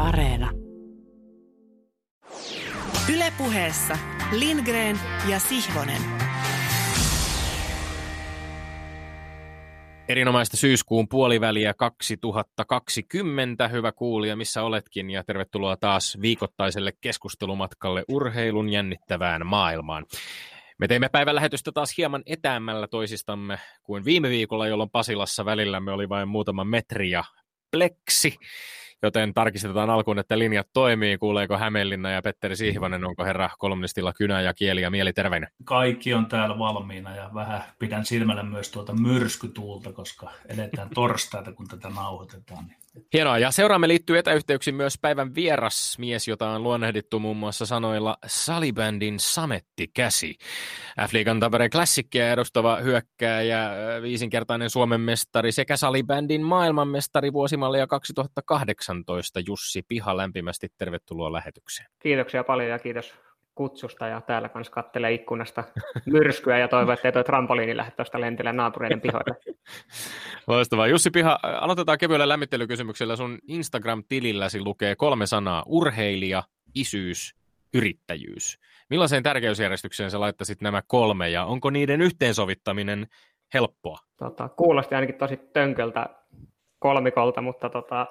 Areena. Yle Puheessa Lindgren ja Sihvonen. Erinomaista syyskuun puoliväliä 2020, hyvä kuulija, missä oletkin, ja tervetuloa taas viikoittaiselle keskustelumatkalle urheilun jännittävään maailmaan. Me teimme päivän lähetystä taas hieman etäämmällä toisistamme kuin viime viikolla, jolloin Pasilassa välillämme oli vain muutama metri ja pleksi, joten tarkistetaan alkuun, että linjat toimii. Kuuleeko Hämeenlinna ja Petteri Sihvonen, onko herra kolumnistilla kynä ja kieli ja mieli terveinä? Kaikki on täällä valmiina ja vähän pidän silmällä myös tuota myrskytuulta, koska eletään torstaita, kun tätä nauhoitetaan. Hienoa, ja seuraamme liittyy etäyhteyksiin myös päivän vierasmies, jota on luonnehdittu muun muassa sanoilla salibändin samettikäsi. F-liigan Tampereen klassikkia edustava hyökkääjä, viisinkertainen Suomen mestari sekä salibändin maailmanmestari vuosimallia 2018 Jussi Piha, lämpimästi tervetuloa lähetykseen. Kiitoksia paljon ja kiitos kutsusta, ja täällä kanssa katselee ikkunasta myrskyä ja toivoo, että ei tuo trampoliini lähde tuosta lentelemään naapureiden pihoille. Loistavaa. Jussi Piha, aloitetaan kevyellä lämmittelykysymyksellä. Sun Instagram-tililläsi lukee 3 sanaa: urheilija, isyys, yrittäjyys. Millaiseen tärkeysjärjestykseen sä laittaisit nämä 3 ja onko niiden yhteensovittaminen helppoa? Kuulosti ainakin tosi tönköltä kolmikolta, mutta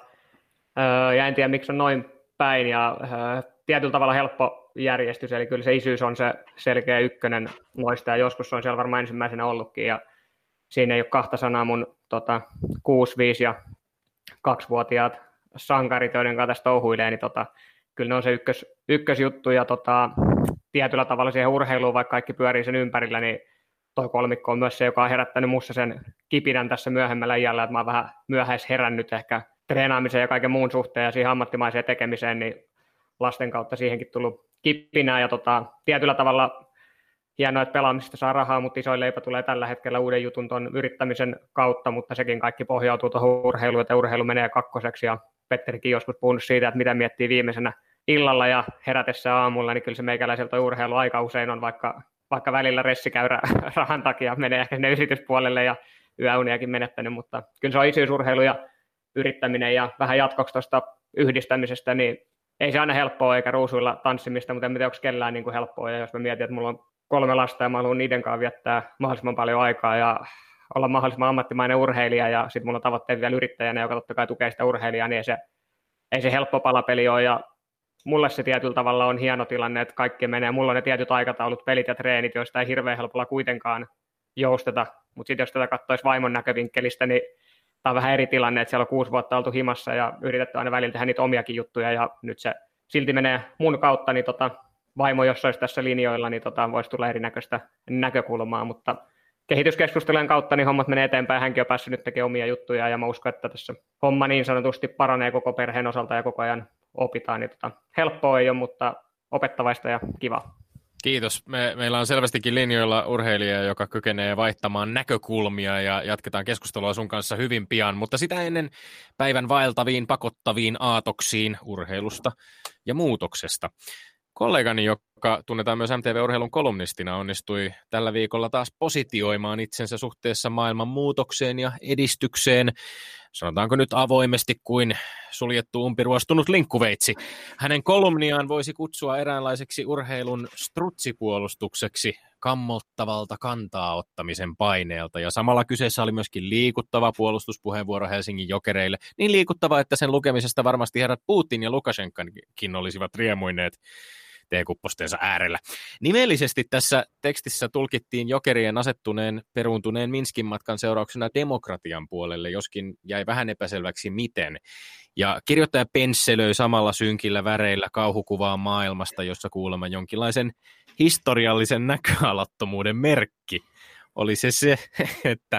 ja en tiedä miksi on noin päin, ja tietyllä tavalla helppo järjestys, eli kyllä se isyys on se selkeä ykkönen noista, ja joskus se on siellä varmaan ensimmäisenä ollutkin, ja siinä ei ole 2 sanaa mun 6-, 5- ja 2-vuotiaat sankarit, joiden kanssa tässä touhuilee, niin kyllä ne on se ykkösjuttu, ja tietyllä tavalla siihen urheiluun, vaikka kaikki pyörii sen ympärillä, niin toi kolmikko on myös se, joka on herättänyt musta sen kipinän tässä myöhemmällä iällä, että mä oon vähän myöhäis herännyt ehkä treenaamiseen ja kaiken muun suhteen ja siihen ammattimaiseen tekemiseen, niin lasten kautta siihenkin tullut kipinää, ja tietyllä tavalla hienoa, että pelaamisesta saa rahaa, mutta isoin leipä tulee tällä hetkellä uuden jutun tuon yrittämisen kautta, mutta sekin kaikki pohjautuu tuohon urheiluun, että urheilu menee kakkoseksi, ja Petterikin joskus puhunut siitä, että mitä miettii viimeisenä illalla ja herätessä aamulla, niin kyllä se meikäläiseltä urheilu aika usein on, vaikka välillä ressikäyrä rahan takia menee ehkä sinne yrityspuolelle ja yöuniakin menettänyt, mutta kyllä se on isyysurheilu ja yrittäminen, ja vähän jatkoksi tuosta yhdistämisestä, niin ei se aina helppoa eikä ruusuilla tanssimista, mutta en tiedä, onko kellään niin kuin helppoa, ja jos mä mietin, että mulla on 3 lasta ja mä haluan niiden kanssa viettää mahdollisimman paljon aikaa ja olla mahdollisimman ammattimainen urheilija, ja sitten mulla on tavoitteet vielä yrittäjänä, joka totta kai tukee sitä urheilijaa, niin ei se helppo palapeli ole, ja mulle se tietyllä tavalla on hieno tilanne, että kaikki menee, mulla on ne tietyt aikataulut, pelit ja treenit, joista ei hirveän helpolla kuitenkaan jousteta, mutta sitten jos tätä katsoisi vaimon näkövinkkelistä, niin tämä on vähän eri tilanne, että siellä on 6 vuotta oltu himassa ja yritetty aina välillä tehdä niitä omiakin juttuja, ja nyt se silti menee mun kautta, niin vaimo, jos olisi tässä linjoilla, niin voisi tulla erinäköistä näkökulmaa, mutta kehityskeskustelujen kautta niin hommat menee eteenpäin, hänkin on päässyt nyt tekemään omia juttuja, ja mä uskon, että tässä homma niin sanotusti paranee koko perheen osalta ja koko ajan opitaan, niin helppoa ei ole, mutta opettavaista ja kiva. Kiitos. Meillä on selvästikin linjoilla urheilija, joka kykenee vaihtamaan näkökulmia, ja jatketaan keskustelua sun kanssa hyvin pian, mutta sitä ennen päivän vaeltaviin, pakottaviin aatoksiin urheilusta ja muutoksesta. Kollegani, joka tunnetaan myös MTV-urheilun kolumnistina, onnistui tällä viikolla taas positioimaan itsensä suhteessa maailman muutokseen ja edistykseen, sanotaanko nyt avoimesti kuin suljettu umpiruostunut linkkuveitsi. Hänen kolumniaan voisi kutsua eräänlaiseksi urheilun strutsipuolustukseksi kammottavalta kantaa ottamisen paineelta, ja samalla kyseessä oli myöskin liikuttava puolustuspuheenvuoro Helsingin Jokereille, niin liikuttava, että sen lukemisesta varmasti herrat Putin ja Lukashenkakin olisivat riemuineet teekuppostensa äärellä. Nimellisesti tässä tekstissä tulkittiin Jokerien peruuntuneen Minskin matkan seurauksena demokratian puolelle, joskin jäi vähän epäselväksi miten. Ja kirjoittaja pensselöi samalla synkillä väreillä kauhukuvaa maailmasta, jossa kuulemma jonkinlaisen historiallisen näköalattomuuden merkki oli se, että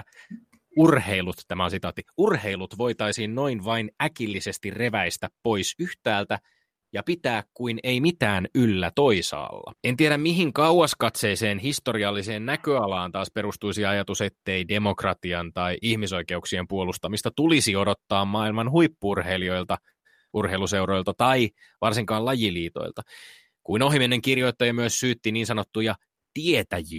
tämä on sitaatti, urheilut voitaisiin noin vain äkillisesti reväistä pois yhtäältä ja pitää kuin ei mitään yllä toisaalla. En tiedä, mihin kauaskatseiseen historialliseen näköalaan taas perustuisi ajatus, ettei demokratian tai ihmisoikeuksien puolustamista tulisi odottaa maailman huippu-urheilijoilta, urheiluseuroilta tai varsinkaan lajiliitoilta. Kuin ohimennen kirjoittaja myös syytti niin sanottuja tietäjiä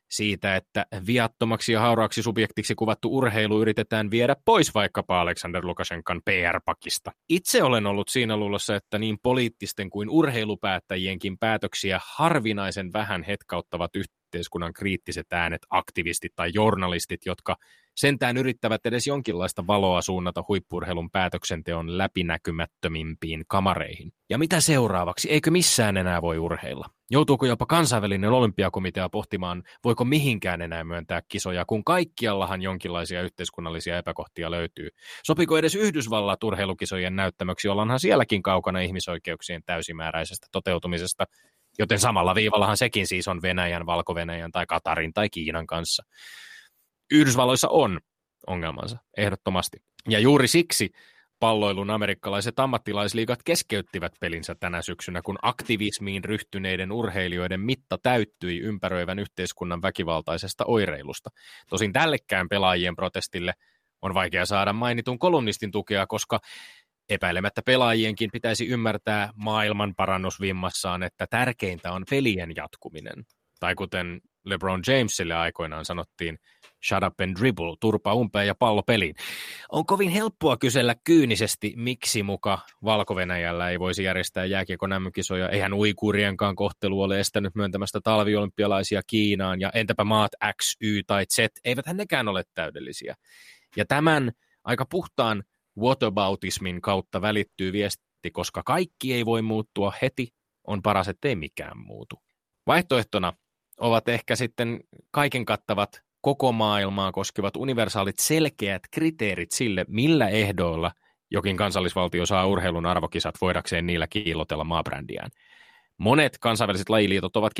siitä, että viattomaksi ja hauraaksi subjektiksi kuvattu urheilu yritetään viedä pois vaikkapa Aleksander Lukashenkan PR-pakista. Itse olen ollut siinä luulossa, että niin poliittisten kuin urheilupäättäjienkin päätöksiä harvinaisen vähän hetkauttavat yhteiskunnan kriittiset äänet, aktivistit tai journalistit, jotka sentään yrittävät edes jonkinlaista valoa suunnata huippu-urheilun päätöksenteon läpinäkymättömimpiin kamareihin. Ja mitä seuraavaksi? Eikö missään enää voi urheilla? Joutuuko jopa kansainvälinen olympiakomitea pohtimaan, voiko mihinkään enää myöntää kisoja, kun kaikkiallahan jonkinlaisia yhteiskunnallisia epäkohtia löytyy? Sopiko edes Yhdysvallat urheilukisojen näyttämöksi? Ollaanhan sielläkin kaukana ihmisoikeuksien täysimääräisestä toteutumisesta, joten samalla viivallahan sekin siis on Venäjän, Valko-Venäjän tai Katarin tai Kiinan kanssa. Yhdysvalloissa on ongelmansa, ehdottomasti. Ja juuri siksi palloilun amerikkalaiset ammattilaisliigat keskeyttivät pelinsä tänä syksynä, kun aktivismiin ryhtyneiden urheilijoiden mitta täyttyi ympäröivän yhteiskunnan väkivaltaisesta oireilusta. Tosin tällekään pelaajien protestille on vaikea saada mainitun kolumnistin tukea, koska epäilemättä pelaajienkin pitäisi ymmärtää maailman parannusvimmassaan, että tärkeintä on pelien jatkuminen. Tai kuten LeBron Jamesille aikoinaan sanottiin, shut up and dribble, turpa umpeen ja pallo peliin. On kovin helppoa kysellä kyynisesti, miksi muka Valko-Venäjällä ei voisi järjestää jääkiekon MM-kisoja. Eihän uiguurienkaan kohtelu ole estänyt myöntämästä talviolympialaisia Kiinaan, ja entäpä maat X, Y tai Z, eiväthän nekään ole täydellisiä. Ja tämän aika puhtaan whataboutismin kautta välittyy viesti, koska kaikki ei voi muuttua heti, on paras, ettei mikään muutu. Vaihtoehtona ovat ehkä sitten kaiken kattavat koko maailmaa koskevat universaalit selkeät kriteerit sille, millä ehdoilla jokin kansallisvaltio saa urheilun arvokisat voidakseen niillä kiillotella maabrändiään. Monet kansainväliset lajiliitot ovatkin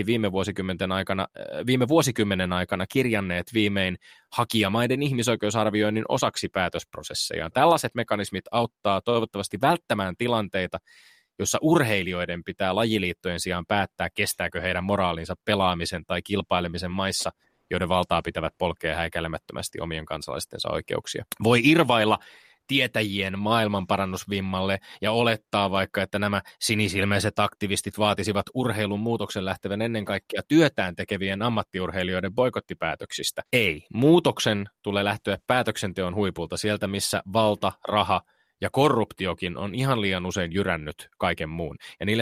viime vuosikymmenen aikana kirjanneet viimein hakijamaiden ihmisoikeusarvioinnin osaksi päätösprosesseja. Tällaiset mekanismit auttaa toivottavasti välttämään tilanteita, jossa urheilijoiden pitää lajiliittojen sijaan päättää, kestääkö heidän moraalinsa pelaamisen tai kilpailemisen maissa, joiden valtaa pitävät polkea häikäilemättömästi omien kansalaistensa oikeuksia. Voi irvailla tietäjien maailmanparannusvimmalle ja olettaa vaikka, että nämä sinisilmäiset aktivistit vaatisivat urheilun muutoksen lähtevän ennen kaikkea työtään tekevien ammattiurheilijoiden boikottipäätöksistä. Ei. Muutoksen tulee lähteä päätöksenteon huipulta sieltä, missä valta, raha ja korruptiokin on ihan liian usein jyrännyt kaiken muun. Ja niille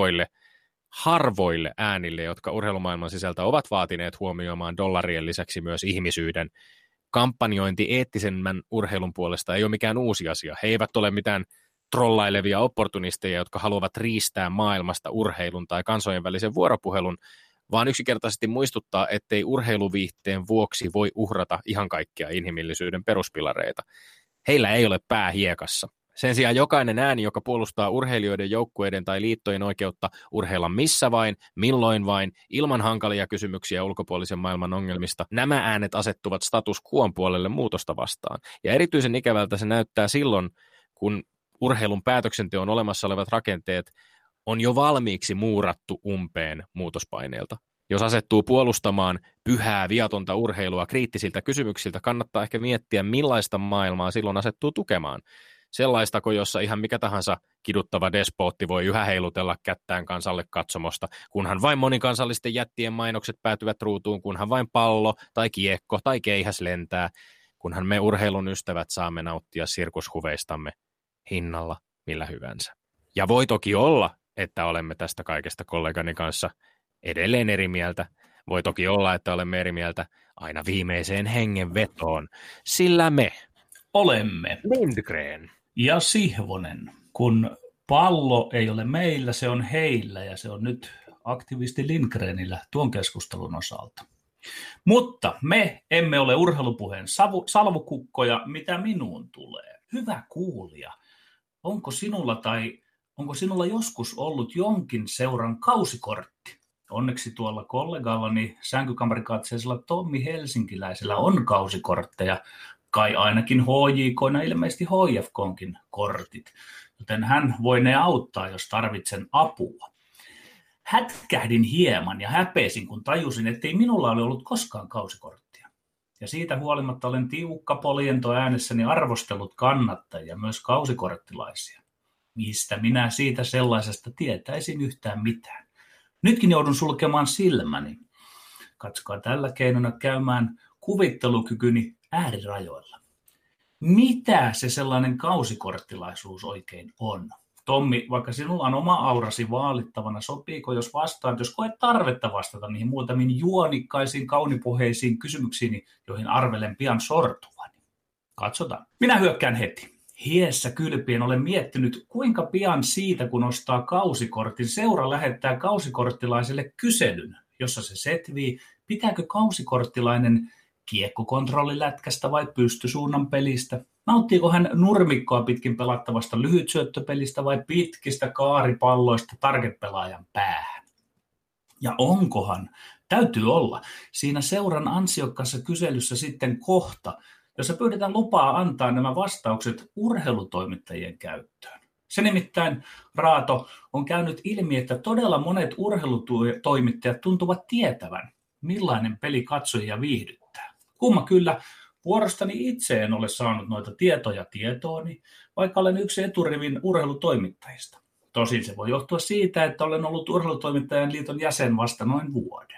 harvoille äänille, jotka urheilumaailman sisältä ovat vaatineet huomioimaan dollarien lisäksi myös ihmisyyden, kampanjointi eettisemmän urheilun puolesta ei ole mikään uusi asia. He eivät ole mitään trollailevia opportunisteja, jotka haluavat riistää maailmasta urheilun tai kansojen välisen vuoropuhelun, vaan yksinkertaisesti muistuttaa, ettei urheiluviihteen vuoksi voi uhrata ihan kaikkia inhimillisyyden peruspilareita. Heillä ei ole pää hiekassa. Sen sijaan jokainen ääni, joka puolustaa urheilijoiden, joukkueiden tai liittojen oikeutta urheilla missä vain, milloin vain, ilman hankalia kysymyksiä ulkopuolisen maailman ongelmista, nämä äänet asettuvat status quon puolelle muutosta vastaan. Ja erityisen ikävältä se näyttää silloin, kun urheilun päätöksenteon olemassa olevat rakenteet on jo valmiiksi muurattu umpeen muutospaineelta. Jos asettuu puolustamaan pyhää, viatonta urheilua kriittisiltä kysymyksiltä, kannattaa ehkä miettiä, millaista maailmaa silloin asettuu tukemaan. Sellaistako, jossa ihan mikä tahansa kiduttava despootti voi yhä heilutella kättään kansalle katsomosta, kunhan vain monikansallisten jättien mainokset päätyvät ruutuun, kunhan vain pallo tai kiekko tai keihäs lentää, kunhan me urheilun ystävät saamme nauttia sirkushuveistamme hinnalla millä hyvänsä. Ja voi toki olla, että olemme tästä kaikesta kollegani kanssa edelleen eri mieltä. Voi toki olla, että olemme eri mieltä aina viimeiseen hengenvetoon, sillä me olemme Lindgren ja Sihvonen. Kun pallo ei ole meillä, se on heillä ja se on nyt aktivisti Lindgrenillä tuon keskustelun osalta. Mutta me emme ole urheilupuheen salvukukkoja, mitä minuun tulee. Hyvä kuulija, onko sinulla joskus ollut jonkin seuran kausikortti? Onneksi tuolla kollegallani sänkykamarikatseisella Tommi Helsinkiläisellä on kausikortteja, kai ainakin HJK:na ilmeisesti HFK:nkin kortit, joten hän voi ne auttaa, jos tarvitsen apua. Hätkähdin hieman ja häpesin, kun tajusin, ettei minulla ole ollut koskaan kausikorttia. Ja siitä huolimatta olen tiukka poliento äänessäni arvostellut kannattajia, myös kausikorttilaisia. Mistä minä siitä sellaisesta tietäisin yhtään mitään. Nytkin joudun sulkemaan silmäni. katsokaa tällä keinona käymään kuvittelukykyni äärirajoilla. Mitä se sellainen kausikorttilaisuus oikein on? Tommi, vaikka sinulla on oma aurasi vaalittavana, sopiiko jos vastaat, jos koet tarvetta vastata niihin muutamiin juonikkaisiin, kaunipuheisiin kysymyksiin, joihin arvelen pian sortuvani? Katsotaan. Minä hyökkään heti. Hiessä kylpien olen miettinyt, kuinka pian siitä, kun ostaa kausikortin, seura lähettää kausikorttilaiselle kyselyn, jossa se setvii, pitääkö kausikorttilainen kiekkokontrollilätkästä vai pystysuunnan pelistä? Nauttiiko hän nurmikkoa pitkin pelattavasta lyhytsyöttöpelistä vai pitkistä kaaripalloista target-pelaajan päähän? Ja onkohan, täytyy olla, siinä seuran ansiokkaassa kyselyssä sitten kohta, jossa pyydetään lupaa antaa nämä vastaukset urheilutoimittajien käyttöön. Se nimittäin, Raato, on käynyt ilmi, että todella monet urheilutoimittajat tuntuvat tietävän, millainen peli katsojia viihdyttää. Kumma kyllä, vuorostani itse en ole saanut noita tietoja tietooni, vaikka olen yksi eturivin urheilutoimittajista. Tosin se voi johtua siitä, että olen ollut Urheilutoimittajan liiton jäsen vasta noin vuoden.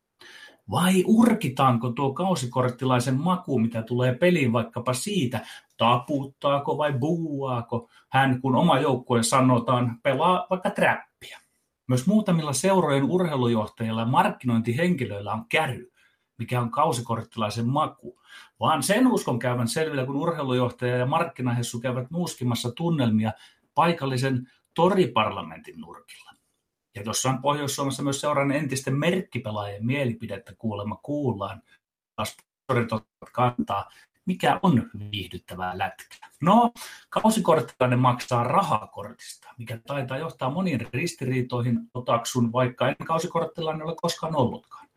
Vai urkitaanko tuo kausikorttilaisen maku, mitä tulee peliin vaikkapa siitä, taputtaako vai buuaako hän, kun oma joukkue sanotaan pelaa vaikka träppiä. Myös muutamilla seurojen urheilujohtajilla ja markkinointihenkilöillä on käry, mikä on kausikorttilaisen maku, vaan sen uskon käyvän selvillä, kun urheilujohtaja ja markkinahessu käyvät nuuskimassa tunnelmia paikallisen toriparlamentin nurkilla. Ja jossain Pohjois-Suomessa myös seuran entisten merkkipelaajien mielipidettä kuulemma kuullaan, sponsorit ottavat kantaa, mikä on viihdyttävää lätkää. No, kausikorttilainen maksaa rahakortista, mikä taitaa johtaa moniin ristiriitoihin, otaksun, vaikka en kausikorttilainen ole koskaan ollutkaan.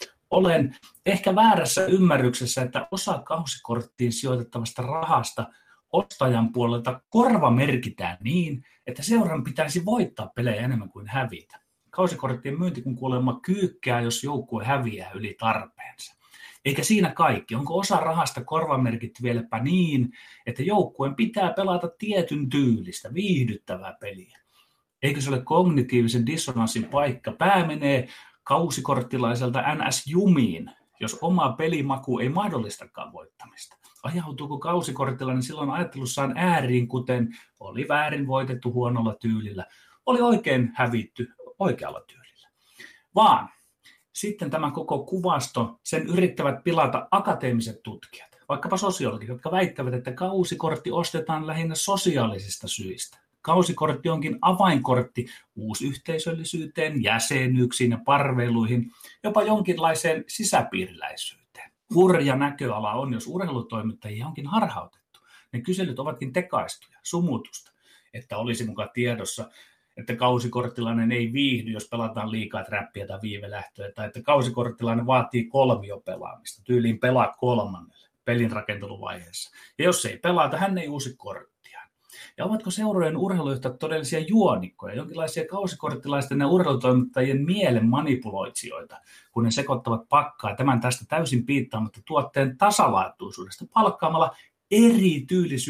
Olen ehkä väärässä ymmärryksessä, että osa kausikorttiin sijoitettavasta rahasta ostajan puolelta korvamerkitään niin, että seuran pitäisi voittaa pelejä enemmän kuin hävitä. Kausikorttien myynti kun kuulemma kyykkää, jos joukkue häviää yli tarpeensa. Eikä siinä kaikki. Onko osa rahasta korvamerkitty vieläpä niin, että joukkueen pitää pelata tietyn tyylistä, viihdyttävää peliä? Eikö se ole kognitiivisen dissonanssin paikka? Pää menee kausikorttilaiselta NS-jumiin, jos oma pelimaku ei mahdollistakaan voittamista. Ajautuuko kausikorttilainen silloin ajattelussaan ääriin, kuten oli väärin voitettu huonolla tyylillä, oli oikein hävitty oikealla tyylillä? Vaan sitten tämä koko kuvasto, sen yrittävät pilata akateemiset tutkijat, vaikkapa sosiologit, jotka väittävät, että kausikortti ostetaan lähinnä sosiaalisista syistä. Kausikortti onkin avainkortti uusyhteisöllisyyteen, jäsenyyksiin ja parveiluihin, jopa jonkinlaiseen sisäpiiriläisyyteen. Hurja näköala on, jos urheilutoimittajia onkin harhautettu. Ne kyselyt ovatkin tekaistuja, sumutusta, että olisi mukaan tiedossa, että kausikorttilainen ei viihdy, jos pelataan liikaa träppiä tai viivelähtöä, tai että kausikorttilainen vaatii kolmiopelaamista, tyyliin pelaa kolmannelle pelin rakenteluvaiheessa. Ja jos ei pelata, hän ei uusi korttiaan. Ja ovatko seurojen urheilujohtajat todellisia juonikkoja, jonkinlaisia kausikorttilaisten ja urheilutoimittajien mielen manipuloitsijoita, kun ne sekoittavat pakkaa tämän tästä täysin piittaamatta tuotteen tasalaatuisuudesta palkkaamalla eri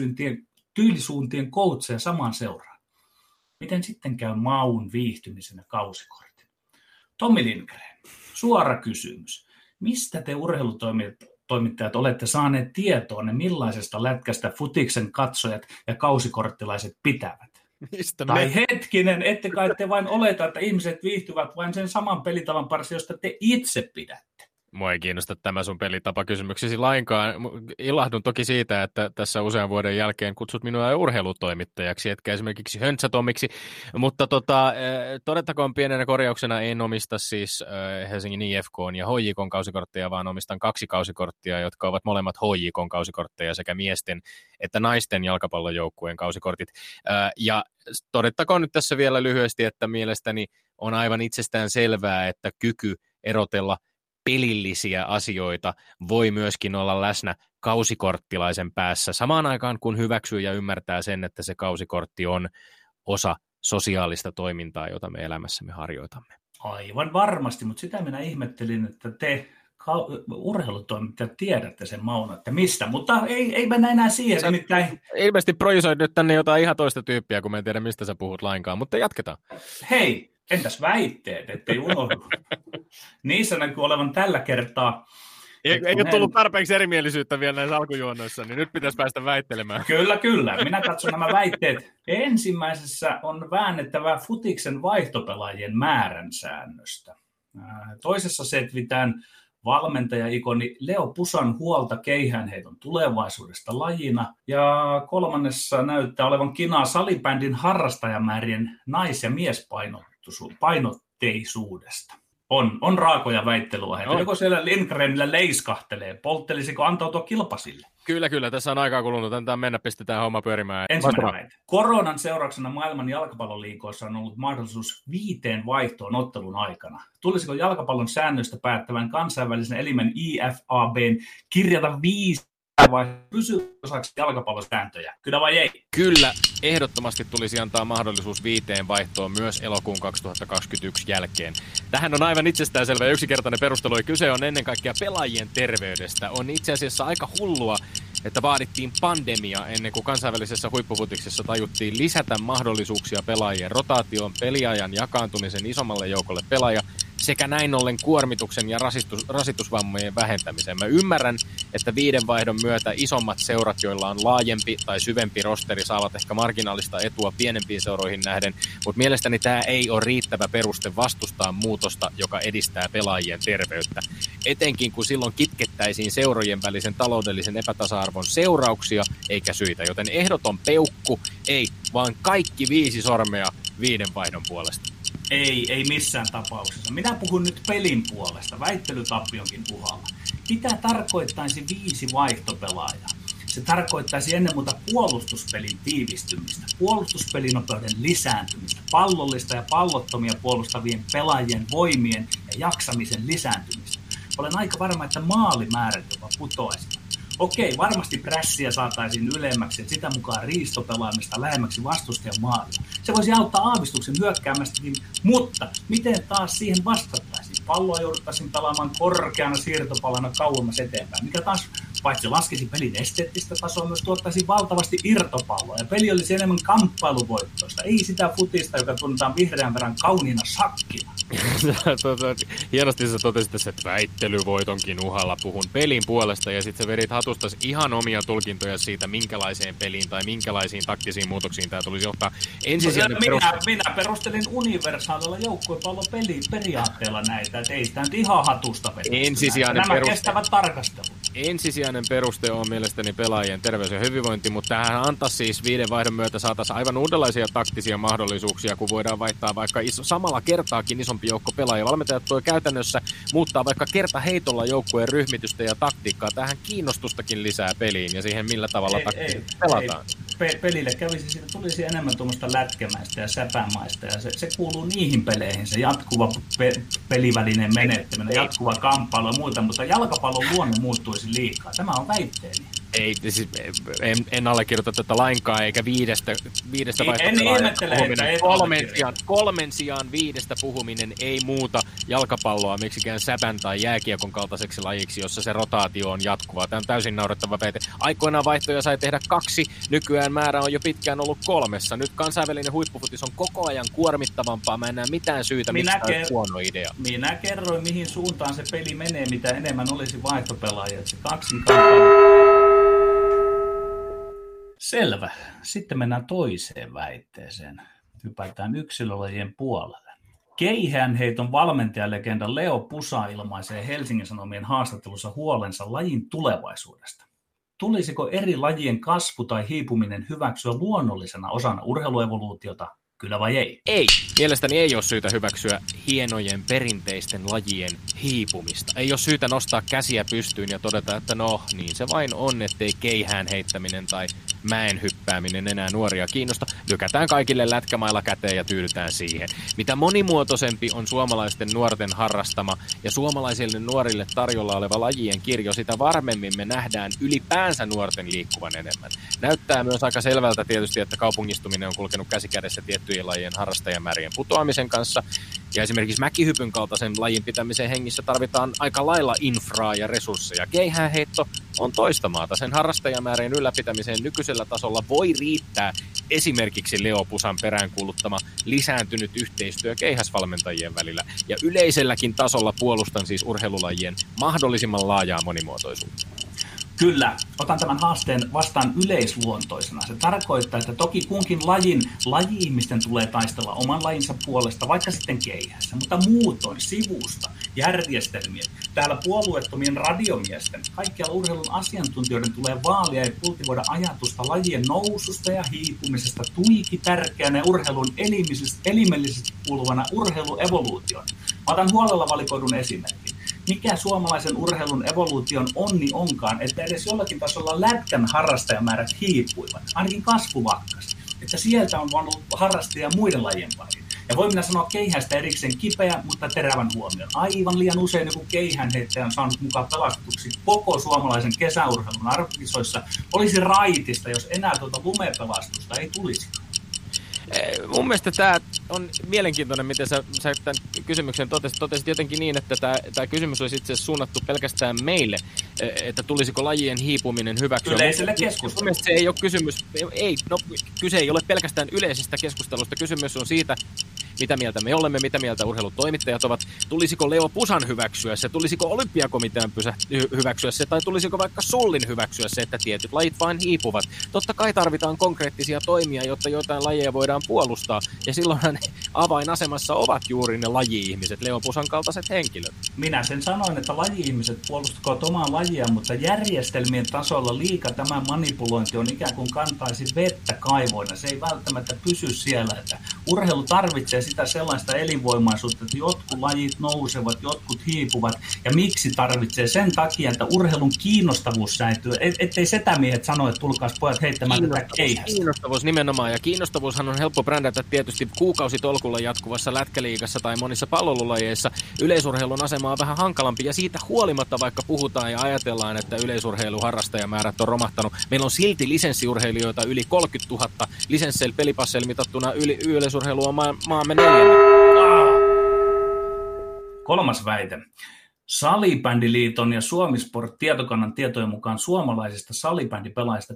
tyylisuuntien coacheja samaan seuraan? Miten sitten käy maun viihtymisen ja kausikortin? Tommi Lindgren, suora kysymys. Mistä te urheilutoimittajat olette saaneet tietoon, millaisesta lätkästä futiksen katsojat ja kausikorttilaiset pitävät? Mistä Tai hetkinen, ette kai te vain oleta, että ihmiset viihtyvät vain sen saman pelitavan parissa, josta te itse pidätte? Mua ei kiinnosta tämä sun pelitapakysymyksesi lainkaan. Ilahdun toki siitä, että tässä usean vuoden jälkeen kutsut minua urheilutoimittajaksi, etkä esimerkiksi Höntsätommiksi, mutta todettakoon pienenä korjauksena, en omista siis Helsingin IFK:n ja HJK:n kausikortteja, vaan omistan 2 kausikorttia, jotka ovat molemmat HJK:n kausikortteja sekä miesten että naisten jalkapallojoukkueen kausikortit. Ja todettakoon nyt tässä vielä lyhyesti, että mielestäni on aivan itsestään selvää, että kyky erotella pelillisiä asioita voi myöskin olla läsnä kausikorttilaisen päässä samaan aikaan, kun hyväksyy ja ymmärtää sen, että se kausikortti on osa sosiaalista toimintaa, jota me elämässämme harjoitamme. Aivan varmasti, mutta sitä minä ihmettelin, että te urheilutoimittajat tiedätte sen maun, että mistä, mutta ei mennä enää siihen. Nimittäin ilmeisesti projisoit nyt tänne jotain ihan toista tyyppiä, kun me en tiedä, mistä sä puhut lainkaan, mutta jatketaan. Hei, entäs väitteet, ettei unohdu? Niissä näkyy olevan tällä kertaa. Eikö tullut tarpeeksi erimielisyyttä vielä näissä alkujuonnoissa, niin nyt pitäisi päästä väittelemään. Kyllä. Minä katson nämä väitteet. Ensimmäisessä on väännettävä futiksen vaihtopelaajien määrän säännöstä. Toisessa setvitään valmentaja-ikoni Leo Pusan huolta keihäänheiton tulevaisuudesta lajina. Ja kolmannessa näyttää olevan kinaa salibändin harrastajamäärien nais- ja miespainotteisuudesta. On raakoja väittelyaiheita. Joko siellä Lindgrenillä leiskahtelee? Polttelisiko antautua kilpasille? Kyllä. Tässä on aikaa kulunut. Antaa mennä, pistetään homma pyörimään. Ensimmäinen väite. Koronan seurauksena maailman jalkapalloliigoissa on ollut mahdollisuus 5 vaihtoon ottelun aikana. Tulisiko jalkapallon säännöistä päättävän kansainvälisen elimen IFAB:n kirjata 5 vai pysyy osaksi jalkapallosääntöjä? Kyllä vai ei? Kyllä, ehdottomasti tulisi antaa mahdollisuus 5 vaihtoon myös elokuun 2021 jälkeen. Tähän on aivan itsestäänselvä ja yksinkertainen perustelu, ja kyse on ennen kaikkea pelaajien terveydestä. On itse asiassa aika hullua, että vaadittiin pandemia ennen kuin kansainvälisessä huippufutiksessa tajuttiin lisätä mahdollisuuksia pelaajien rotaatioon, peliajan jakaantumisen isommalle joukolle pelaaja sekä näin ollen kuormituksen ja rasitusvammojen vähentämiseen. Mä ymmärrän, että 5 vaihdon myötä isommat seurat, joilla on laajempi tai syvempi rosteri, saavat ehkä marginaalista etua pienempiin seuroihin nähden, mutta mielestäni tämä ei ole riittävä peruste vastustaa muutosta, joka edistää pelaajien terveyttä. Etenkin kun silloin kitkettäisiin seurojen välisen taloudellisen epätasa-arvon seurauksia eikä syitä, joten ehdoton peukku, ei, vaan kaikki 5 sormea 5 vaihdon puolesta. Ei missään tapauksessa. Minä puhun nyt pelin puolesta, väittelytappionkin uhalla. Mitä tarkoittaisi 5 vaihtopelaajaa? Se tarkoittaisi ennen muuta puolustuspelin tiivistymistä, puolustuspelinopeuden lisääntymistä, pallollista ja pallottomia puolustavien pelaajien voimien ja jaksamisen lisääntymistä. Olen aika varma, että maalimäärät jopa putoaisivat. Okei, varmasti prässiä saataisiin ylemmäksi ja sitä mukaan riistopelaamista lähemmäksi vastustajan maalia. Se voisi auttaa aavistuksen hyökkäämästäkin, mutta miten taas siihen vastattaisiin? Palloa jouduttaisiin pelaamaan korkeana siirtopallona kauemmas eteenpäin, mikä taas paitsi laskisi pelin esteettistä tasoa, myös tuottaisi valtavasti irtopalloa ja peli olisi enemmän kamppailuvoittoista, ei sitä futista, joka tunnetaan vihreän verran kauniina sakkina. Hienosti sä totesit tässä, että väittelyvoitonkin uhalla puhun pelin puolesta ja sitten sä vedit hatustas ihan omia tulkintoja siitä, minkälaiseen peliin tai minkälaisiin taktisiin muutoksiin tämä tulisi johtaa. Minä perustelin universaalilla joukkuepallon periaatteella näitä, että ei sitä nyt ihan hatusta vetä. Nämä kestävät tarkastelun. Ensisijainen peruste on mielestäni pelaajien terveys ja hyvinvointi, mutta tähän antaa siis 5 vaihdon myötä saataisiin aivan uudenlaisia taktisia mahdollisuuksia, kun voidaan vaihtaa vaikka samalla kertaakin isompi joukko pelaajia. Valmentajat voi käytännössä muuttaa vaikka kertaheitolla joukkueen ryhmitystä ja taktiikkaa. Tähän kiinnostustakin lisää peliin ja siihen, millä tavalla pelataan. Pelille kävisi, siitä tulisi enemmän tuommoista lätkämäistä ja säpämaista, ja se kuuluu niihin peleihin, se jatkuva pelivälinen menettäminen, jatkuva kamppailu ja muuta, mutta jalkapallon luonne muuttuisi liikaa. Tämä on väitteeni. Ei, siis en allekirjoita tätä lainkaan, eikä 5 kolmen sijaan 5 puhuminen ei muuta jalkapalloa miksikään säpän tai jääkiekon kaltaiseksi lajiksi, jossa se rotaatio on jatkuvaa. Tämä on täysin naurettava väite. Aikoinaan vaihtoja sai tehdä 2, nykyään määrä on jo pitkään ollut 3. Nyt kansainvälinen huippufutis on koko ajan kuormittavampaa. Mä en näe mitään syytä, miksi tämä on huono idea. Minä kerroin, mihin suuntaan se peli menee, mitä enemmän olisi vaihtopelaajia. Se kaksinkamppailu. Selvä. Sitten mennään toiseen väitteeseen. Hypätään yksilölajien puolelle. Keihäänheiton valmentajalegenda Leo Pusa ilmaisee Helsingin Sanomien haastattelussa huolensa lajin tulevaisuudesta. Tulisiko eri lajien kasvu tai hiipuminen hyväksyä luonnollisena osana urheiluevoluutiota? Kyllä vai ei? Ei. Mielestäni ei ole syytä hyväksyä hienojen perinteisten lajien hiipumista. Ei ole syytä nostaa käsiä pystyyn ja todeta, että no niin se vain on, ettei keihään heittäminen tai mäen hyppääminen enää nuoria kiinnosta. Lykätään kaikille lätkämailla käteen ja tyydytään siihen. Mitä monimuotoisempi on suomalaisten nuorten harrastama ja suomalaisille nuorille tarjolla oleva lajien kirjo, sitä varmemmin me nähdään ylipäänsä nuorten liikkuvan enemmän. Näyttää myös aika selvältä tietysti, että kaupungistuminen on kulkenut käsikädessä tiettyjen lajien harrastajamäärien putoamisen kanssa. Ja esimerkiksi mäkihypyn kaltaisen lajin pitämisen hengissä tarvitaan aika lailla infraa ja resursseja. Keihäänheitto on toista maata. Sen harrastajamäärien ylläpitämiseen nykyisellä tasolla voi riittää esimerkiksi Leo Pusan peräänkuuluttama lisääntynyt yhteistyö keihäsvalmentajien välillä. Ja yleiselläkin tasolla puolustan siis urheilulajien mahdollisimman laajaa monimuotoisuutta. Kyllä, otan tämän haasteen vastaan yleisluontoisena. Se tarkoittaa, että toki kunkin laji-ihmisten tulee taistella oman lajinsa puolesta, vaikka sitten keihässä, mutta muutoin sivusta, järjestelmien, täällä puolueettomien radiomiesten, kaikkialla urheilun asiantuntijoiden tulee vaalia ja kultivoida ajatusta lajien noususta ja hiipumisesta tuiki tärkeänä urheilun elimellisesti kuuluvana urheiluevoluution. Mä otan huolella valikoidun esimerkin. Mikä suomalaisen urheilun evoluution onni onkaan, että edes jollakin tasolla lätkän harrastajamäärät hiipuivat, ainakin kasvu lakkas. Että sieltä on voinut harrastajia muiden lajien pariin. Ja voin minä sanoa keihästä erikseen kipeä, mutta terävän huomion. Aivan liian usein joku keihänheittäjä on saanut mukaan pelastuksi koko suomalaisen kesäurheilun arvokisoissa. Olisi raitista, jos enää tuota lumepelastusta ei tulisi. Mun mielestä tämä on mielenkiintoinen, miten sä tämän kysymyksen totesit jotenkin niin, että tämä kysymys olisi itse asiassa suunnattu pelkästään meille, että tulisiko lajien hiipuminen hyväksyä. Yleiselle keskustelulle. Mun mielestä se ei ole kysymys, kyse ei ole pelkästään yleisestä keskustelusta, kysymys on siitä, mitä mieltä me olemme, mitä mieltä urheilutoimittajat ovat, tulisiko Leo Pusan hyväksyä se, tulisiko Olympiakomitean hyväksyä se, tai tulisiko vaikka Sullin hyväksyä se, että tietyt lajit vain hiipuvat. Totta kai tarvitaan konkreettisia toimia, jotta jotain lajeja voidaan puolustaa, ja silloinhan avainasemassa ovat juuri ne laji-ihmiset, Leo Pusan kaltaiset henkilöt. Minä sen sanoin, että laji-ihmiset puolustakoot omaa lajia, mutta järjestelmien tasolla liika tämä manipulointi on ikään kuin kantaisi vettä kaivoina. Se ei välttämättä pysy siellä, että urheilu tarvitsee sitä sellaista elinvoimaisuutta, että jotkut lajit nousevat, jotkut hiipuvat. Ja miksi tarvitsee? Sen takia, että urheilun kiinnostavuus säilyy. Ettei setämiehet sano, että tulkaas pojat heittämään tätä keihästä. Kiinnostavuus nimenomaan. Ja kiinnostavuushan on helppo brändätä tietysti kuukausitolkulla jatkuvassa lätkäliigassa tai monissa pallolulajeissa. Yleisurheilun asema on vähän hankalampi. Ja siitä huolimatta, vaikka puhutaan ja ajatellaan, että yleisurheiluharrastajamäärät on romahtanut, meillä on silti lisenssiurheilijoita yli 30 000. Lisensseillä pelipasseilla mitattuna yleisurheilu on maamme 4. Kolmas väite. Salibändiliiton ja Suomisport-tietokannan tietojen mukaan suomalaisista salibändipelaajista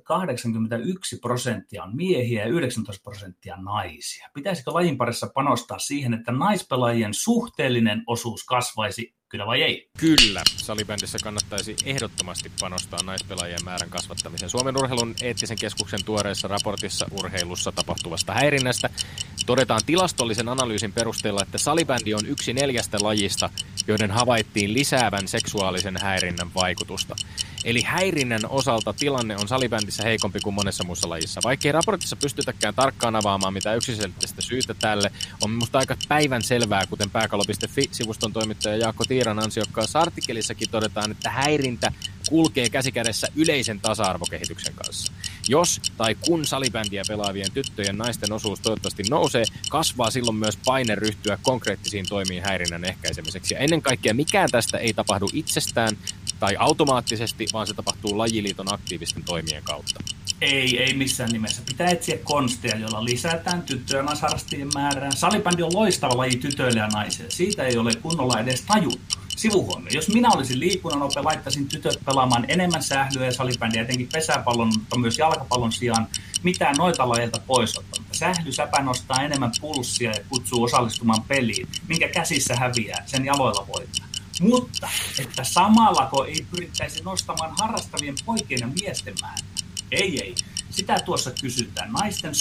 81% on miehiä ja 19% naisia. Pitäisikö lajin parissa panostaa siihen, että naispelaajien suhteellinen osuus kasvaisi, kyllä vai ei? Kyllä. Salibändissä kannattaisi ehdottomasti panostaa naispelaajien määrän kasvattamiseen. Suomen urheilun eettisen keskuksen tuoreessa raportissa urheilussa tapahtuvasta häirinnästä todetaan tilastollisen analyysin perusteella, että salibändi on yksi 4 lajista, joiden havaittiin lisäävän seksuaalisen häirinnän vaikutusta. Eli häirinnän osalta tilanne on salibändissä heikompi kuin monessa muussa lajissa. Vaikkei raportissa pystytäkään tarkkaan avaamaan mitään yksiselitteistä syytä tälle, on minusta aika päivänselvää, kuten pääkallo.fi-sivuston toimittaja Jaakko Tiiran ansiokkaassa artikkelissakin todetaan, että häirintä kulkee käsikädessä yleisen tasa-arvokehityksen kanssa. Jos tai kun salibändiä pelaavien tyttöjen naisten osuus toivottavasti nousee, kasvaa silloin myös paine ryhtyä konkreettisiin toimiin häirinnän ehkäisemiseksi. Ja ennen kaikkea mikään tästä ei tapahdu itsestään tai automaattisesti, vaan se tapahtuu lajiliiton aktiivisten toimien kautta. Ei missään nimessä. Pitää etsiä konsteja, joilla lisätään tyttöjen naisharrastajien määrää. Salibändi on loistava laji tytöille ja naisille. Siitä ei ole kunnolla edes tajuttu. Sivuhuomio. Jos minä olisin liikunnanopea, laittaisin tytöt pelaamaan enemmän sählyä ja salibändiä, etenkin pesäpallon, mutta myös jalkapallon sijaan, mitään noita lajeilta pois ottamatta. Sählysäpä nostaa enemmän pulssia ja kutsuu osallistumaan peliin. Minkä käsissä häviää, sen jaloilla voittaa. Mutta, että samallako ei pyrittäisi nostamaan harrastavien poikien ja miesten määrää. Ei. Sitä tuossa kysytään. Naisten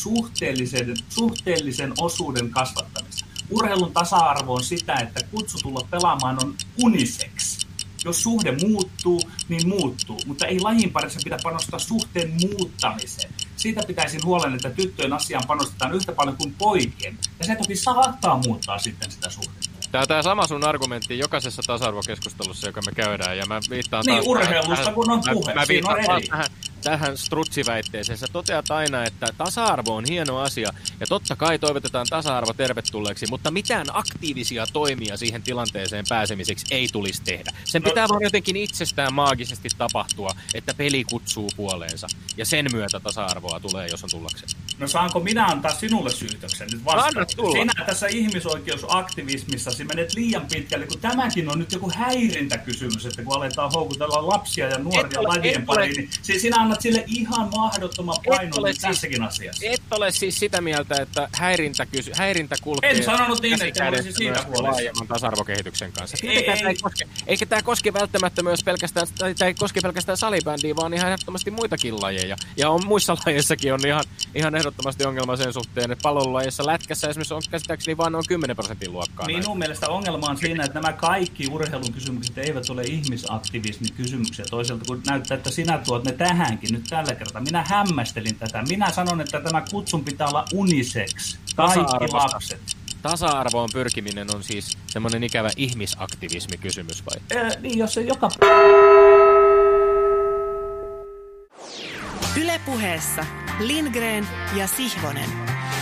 suhteellisen osuuden kasvattamista. Urheilun tasa-arvo on sitä, että kutsu tulla pelaamaan on unisex. Jos suhde muuttuu, niin muuttuu. Mutta ei lajin parissa pidä panostaa suhteen muuttamiseen. Siitä pitäisin huolen, että tyttöjen asiaan panostetaan yhtä paljon kuin poikien. Ja se toki saattaa muuttaa sitten sitä suhdetta. Tämä sama sun argumentti jokaisessa tasa-arvokeskustelussa, joka me käydään, ja mä viittaan taas... Niin, urheilusta kun on puhe, mä viittaan tähän strutsiväitteeseen. Sä toteat aina, että tasa-arvo on hieno asia, ja totta kai toivotetaan tasa-arvo tervetulleeksi, mutta mitään aktiivisia toimia siihen tilanteeseen pääsemiseksi ei tulisi tehdä. Sen pitää vaan jotenkin itsestään maagisesti tapahtua, että peli kutsuu puoleensa, ja sen myötä tasa-arvoa tulee, jos on tullakseen. No saanko minä antaa sinulle syytöksen nyt vastaan? Sinä tässä ihmisoikeusaktivismissa menet liian pitkälle, kun tämäkin on nyt joku häirintäkysymys, että kun aletaan houkutella lapsia ja nuoria lajien pariin, niin sinä annat sille ihan mahdottoman painon tässäkin asiassa. Et ole siis sitä mieltä, että häirintä kulkee... En sanonut niin, että olisi siitä puolesta. Laajemman tasa-arvokehityksen kanssa. Eikä tämä koske välttämättä myös pelkästään salibändiä, vaan ihan ehdottomasti muitakin lajeja. Ja muissa lajeissakin on ihan ehdottomasti ongelma sen suhteen, että pallolajissa lätkässä esimerkiksi on käsittääkseni vain noin 10% luokkaa. Minun mielestä ongelma on siinä, että nämä kaikki urheilun kysymykset eivät ole ihmisaktivismin kysymyksiä. Toisaalta kun näyttää, että sinä tuot ne tähänkin nyt tällä kertaa. Minä hämmästelin tätä. Minä sanon, että tämä kutsun pitää olla unisex. Kaikki lapset. Tasa-arvoon pyrkiminen on siis semmoinen ikävä ihmisaktivismi-kysymys vai? Niin, jos se joka... Yle Puheessa Lindgren ja Sihvonen.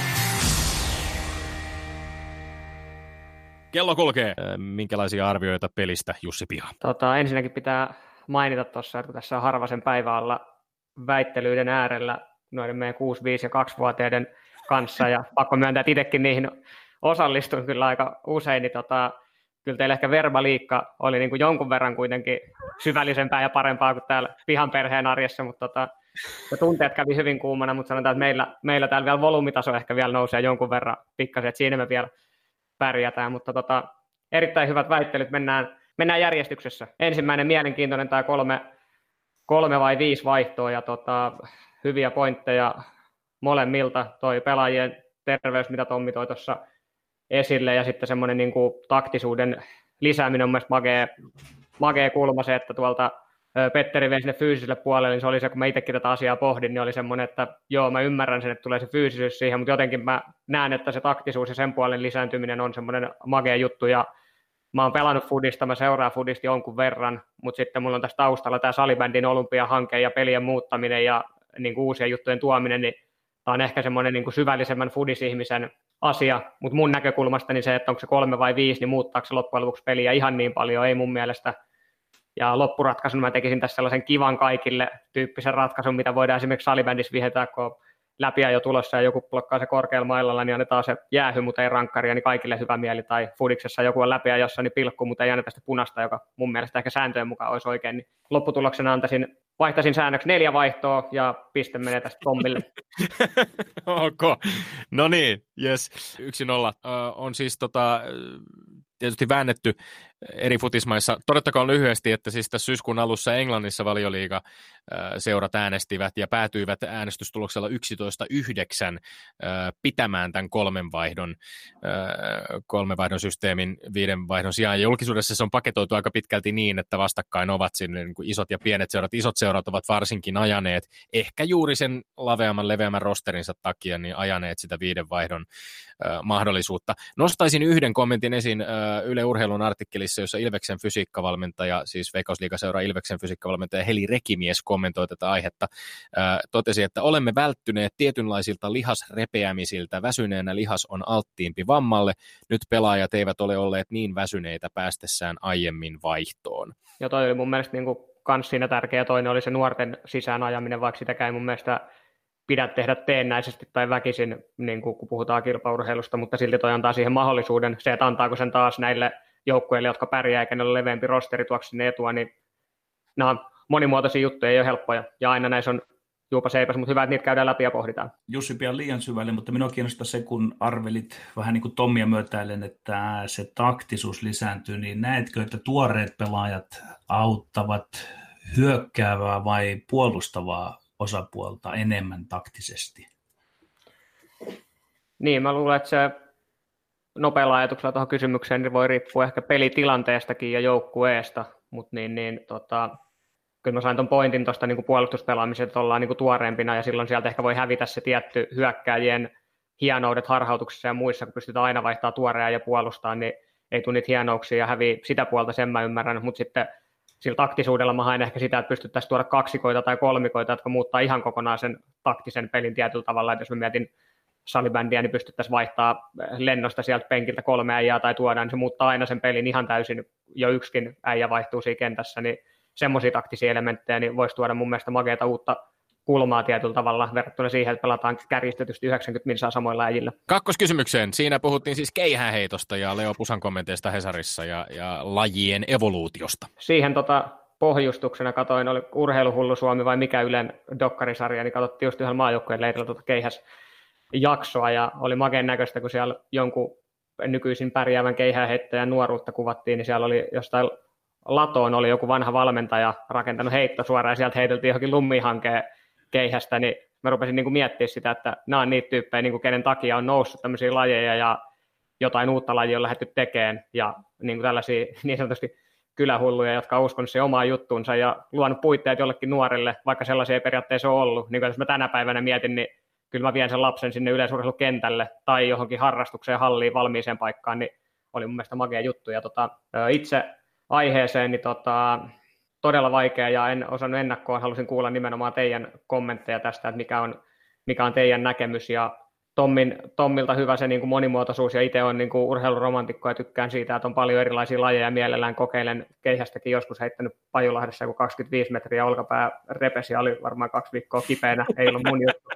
Kello kulkee. Minkälaisia arvioita pelistä, Jussi Piha? Ensinnäkin pitää mainita tuossa, että kun tässä on harvasen päivä alla väittelyiden äärellä noiden meidän 6-, 5- ja 2-vuotiaiden kanssa, ja pakko myöntää, että itsekin niihin osallistun kyllä aika usein, niin kyllä teillä ehkä verbaliikka oli niin kuin jonkun verran kuitenkin syvällisempää ja parempaa kuin täällä pihan perheen arjessa, mutta tunteet kävi hyvin kuumana, mutta sanotaan, että meillä täällä vielä volyymitaso ehkä vielä nousee jonkun verran pikkasen, että siinä me vielä pärjätään, mutta erittäin hyvät väittelyt, mennään järjestyksessä. Ensimmäinen mielenkiintoinen tämä 3 vai 5 vaihtoa ja hyviä pointteja molemmilta, toi pelaajien terveys, mitä Tommi toi tuossa esille, ja sitten semmoinen niin kuin taktisuuden lisääminen on mielestäni magea kulma se, että tuolta Petteri vei sinne fyysiselle puolelle, niin se oli se, kun mä itsekin tätä asiaa pohdin, niin oli semmoinen, että joo, mä ymmärrän sen, että tulee se fyysisyys siihen, mutta jotenkin mä näen, että se taktisuus ja sen puolen lisääntyminen on semmoinen magea juttu, ja mä oon pelannut fudista, mä seuraan fudista jonkun verran, mutta sitten mulla on tässä taustalla tämä salibändin olympiahanke ja pelien muuttaminen ja niin kuin uusien juttujen tuominen, niin tämä on ehkä semmoinen niin kuin syvällisemmän fudisihmisen asia, mutta mun näkökulmasta niin se, että onko se 3 vai 5, niin muuttaako se loppujen lopuksi peliä ihan niin paljon, ei mun mielestä. Ja loppuratkaisun mä tekisin tässä sellaisen kivan kaikille tyyppisen ratkaisun, mitä voidaan esimerkiksi salibändissä vihetää, kun läpiä jo tulossa ja joku blokkaa se korkealla mailalla, niin annetaan se jäähy, mutta ei rankkaria, niin kaikille hyvä mieli. Tai fudiksessa joku on läpiä jossa, niin pilkku, mutta ei anneta sitä punasta, joka mun mielestä ehkä sääntöjen mukaan olisi oikein. Niin lopputuloksena vaihtaisin säännöksi 4 vaihtoa ja piste menee tästä Tommille. Ok, no niin, yes, 1-0. On siis tietysti väännetty eri futismaissa. Todettakoon lyhyesti, että siis tässä syyskuun alussa Englannissa Valioliiga seurat äänestivät ja päätyivät äänestystuloksella 11-9 pitämään tämän 3 vaihdon systeemin 5 vaihdon sijaan. Ja julkisuudessa se on paketoitu aika pitkälti niin, että vastakkain ovat sinne niin kuin isot ja pienet seurat. Isot seurat ovat varsinkin ajaneet, ehkä juuri sen leveämmän rosterinsa takia, niin ajaneet sitä 5 vaihdon mahdollisuutta. Nostaisin yhden kommentin esiin Yle Urheilun artikkelissa, jossa Ilveksen fysiikkavalmentaja, siis Veikkausliigaseura Ilveksen fysiikkavalmentaja Heli Rekimies kommentoi tätä aihetta. Totesi, että olemme välttyneet tietynlaisilta lihasrepeämisiltä. Väsyneenä lihas on alttiimpi vammalle. Nyt pelaajat eivät ole olleet niin väsyneitä päästessään aiemmin vaihtoon. Ja toi oli mun mielestä niin kuin kans siinä tärkeä. Toinen oli se nuorten sisään ajaminen, vaikka sitäkään ei mun mielestä pidä tehdä teennäisesti tai väkisin, niin kun puhutaan kilpaurheilusta, mutta silti toi antaa siihen mahdollisuuden. Se, että antaako sen taas näille joukkueille, jotka pärjää eikä ne ole leveämpi rosteri tuoksi sinne etua, niin nämä on monimuotoisia juttuja, ei ole helppoja. Ja aina näissä on juupa seipäs, mutta hyvä, että niitä käydään läpi ja pohditaan. Jussi, pian liian syvälle, mutta minua kiinnostaa se, kun arvelit vähän niin kuin Tommia myötäillen, että se taktisuus lisääntyy, niin näetkö, että tuoreet pelaajat auttavat hyökkäävää vai puolustavaa osapuolta enemmän taktisesti? Niin, mä luulen, että se nopealla ajatuksella tuohon kysymykseen niin voi riippua ehkä pelitilanteestakin ja joukkueesta, mutta kyllä mä sain tuon pointin tuosta niin puolustuspelaamisesta, että ollaan niin tuoreempina ja silloin sieltä ehkä voi hävitä se tietty hyökkääjien hienoudet harhautuksissa ja muissa, kun pystytään aina vaihtaa tuorea ja puolustaa, niin ei tule niitä hienouksia ja hävii sitä puolta, sen mä ymmärrän, mutta sitten sillä taktisuudella mä haen ehkä sitä, että pystyttäisiin tuoda kaksikoita tai kolmikoita, jotka muuttaa ihan kokonaan sen taktisen pelin tietyllä tavalla, että jos mä mietin salibändiä, niin pystyttäisiin vaihtaa lennosta sieltä penkiltä 3 äijää tai tuodaan, niin se muuttaa aina sen pelin ihan täysin, jo yksikin äijä vaihtuu siinä kentässä, niin semmoisia taktisia elementtejä niin voisi tuoda mun mielestä makeata uutta kulmaa tietyllä tavalla verrattuna siihen, että pelataan kärjistetysti 90 minsaa samoilla lajilla. Kakkoskysymykseen. Siinä puhuttiin siis keihäänheitosta ja Leo Pusan kommenteista Hesarissa ja lajien evoluutiosta. Siihen pohjustuksena katoin, oli Urheiluhullu Suomi vai mikä Ylen dokkarisarja, niin katsottiin just yhdellä maajoukkueen leirillä keihäsjaksoa ja oli makeen näköistä, kun siellä jonkun nykyisin pärjäävän keihäänheittäjän nuoruutta kuvattiin, niin siellä oli jostain latoon oli joku vanha valmentaja rakentanut heitto suoraan ja sieltä heiteltiin johonkin lummihankeen keihästä, niin mä rupesin niin kuin miettimään sitä, että nämä on niitä tyyppejä, niin kuin kenen takia on noussut tämmöisiä lajeja ja jotain uutta lajia on lähdetty tekemään ja niin kuin tällaisia niin sanotusti kylähulluja, jotka on uskonut siihen omaan juttuunsa ja luonut puitteet jollekin nuorelle, vaikka sellaisia ei periaatteessa ole ollut. Niin kuin jos mä tänä päivänä mietin, niin kyllä mä vien sen lapsen sinne yleisurheilukentälle tai johonkin harrastukseen, halliin, valmiiseen paikkaan, niin oli mun mielestä makea juttu. Ja itse aiheeseen niin todella vaikea ja en osannut ennakkoon, halusin kuulla nimenomaan teidän kommentteja tästä, että mikä on teidän näkemys ja Tommilta hyvä se niin kuin monimuotoisuus ja itse on niin kuin urheiluromantikko ja tykkään siitä, että on paljon erilaisia lajeja mielellään kokeilen keihästäkin joskus heittänyt Pajulahdessa joku 25 metriä olkapää repesi ja oli varmaan 2 viikkoa kipeänä, ei ollut mun juttu,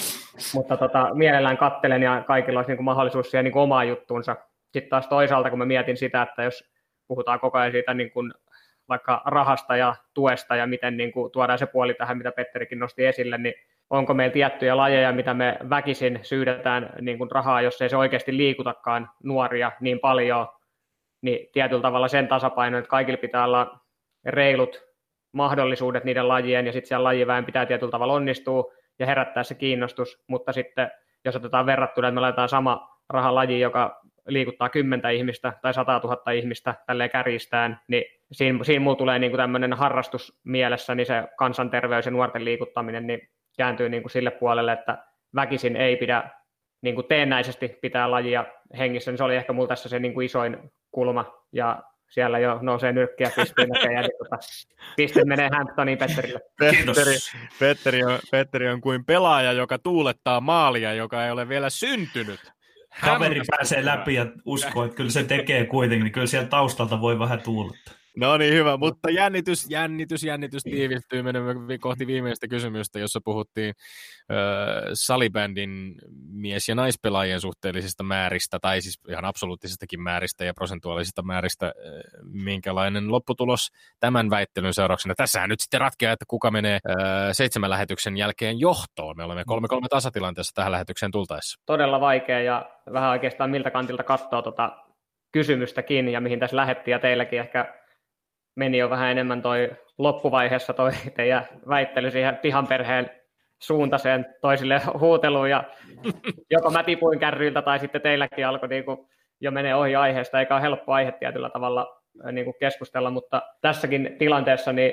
mutta mielellään kattelen ja kaikilla olisi niin kuin mahdollisuus siihen niin kuin omaan juttuunsa. Sitten taas toisaalta kun mä mietin sitä, että jos puhutaan koko ajan siitä niin kuin vaikka rahasta ja tuesta ja miten niin kuin tuodaan se puoli tähän, mitä Petterikin nosti esille, niin onko meillä tiettyjä lajeja, mitä me väkisin syydetään niin kuin rahaa, jos ei se oikeasti liikutakaan nuoria niin paljon, niin tietyllä tavalla sen tasapaino, että kaikilla pitää olla reilut mahdollisuudet niiden lajien, ja sitten siellä lajiväen pitää tietyllä tavalla onnistua ja herättää se kiinnostus, mutta sitten jos otetaan verrattuna, että me laitetaan sama rahalaji, joka liikuttaa 10 ihmistä tai 100 000 ihmistä tälleen kärjistään, niin siinä mulla tulee niin kuin tämmöinen harrastus mielessä, niin se kansanterveys ja nuorten liikuttaminen niin kääntyy niin kuin sille puolelle, että väkisin ei pidä niin kuin teennäisesti pitää lajia hengissä, niin se oli ehkä mulla tässä se niin kuin isoin kulma, ja siellä jo nousee nyrkkiä pistiin, ja piste menee Hamptoniin Petterille. Petteri on kuin pelaaja, joka tuulettaa maalia, joka ei ole vielä syntynyt. Kaveri pääsee läpi ja uskoo, että kyllä se tekee kuitenkin, niin kyllä siellä taustalta voi vähän tuulettaa. No niin, hyvä, mutta jännitys tiivistyy. Menemme kohti viimeistä kysymystä, jossa puhuttiin salibändin mies- ja naispelaajien suhteellisista määristä, tai siis ihan absoluuttisistakin määristä ja prosentuaalisista määristä. Minkälainen lopputulos tämän väittelyn seurauksena? Tässähän nyt sitten ratkeaa, että kuka menee 7 lähetyksen jälkeen johtoon. Me olemme 3-3 tasatilanteessa tähän lähetykseen tultaessa. Todella vaikea ja vähän oikeastaan miltä kantilta katsoo kysymystäkin ja mihin tässä lähettiin ja teilläkin ehkä meni jo vähän enemmän toi loppuvaiheessa toi teidän väittely siihen pihanperheen suuntaiseen toisille huuteluun ja joko mä tipuin kärryiltä tai sitten teilläkin alkoi niinku jo menee ohi aiheesta, eikä ole helppo aihe tietyllä tavalla niinku keskustella, mutta tässäkin tilanteessa niin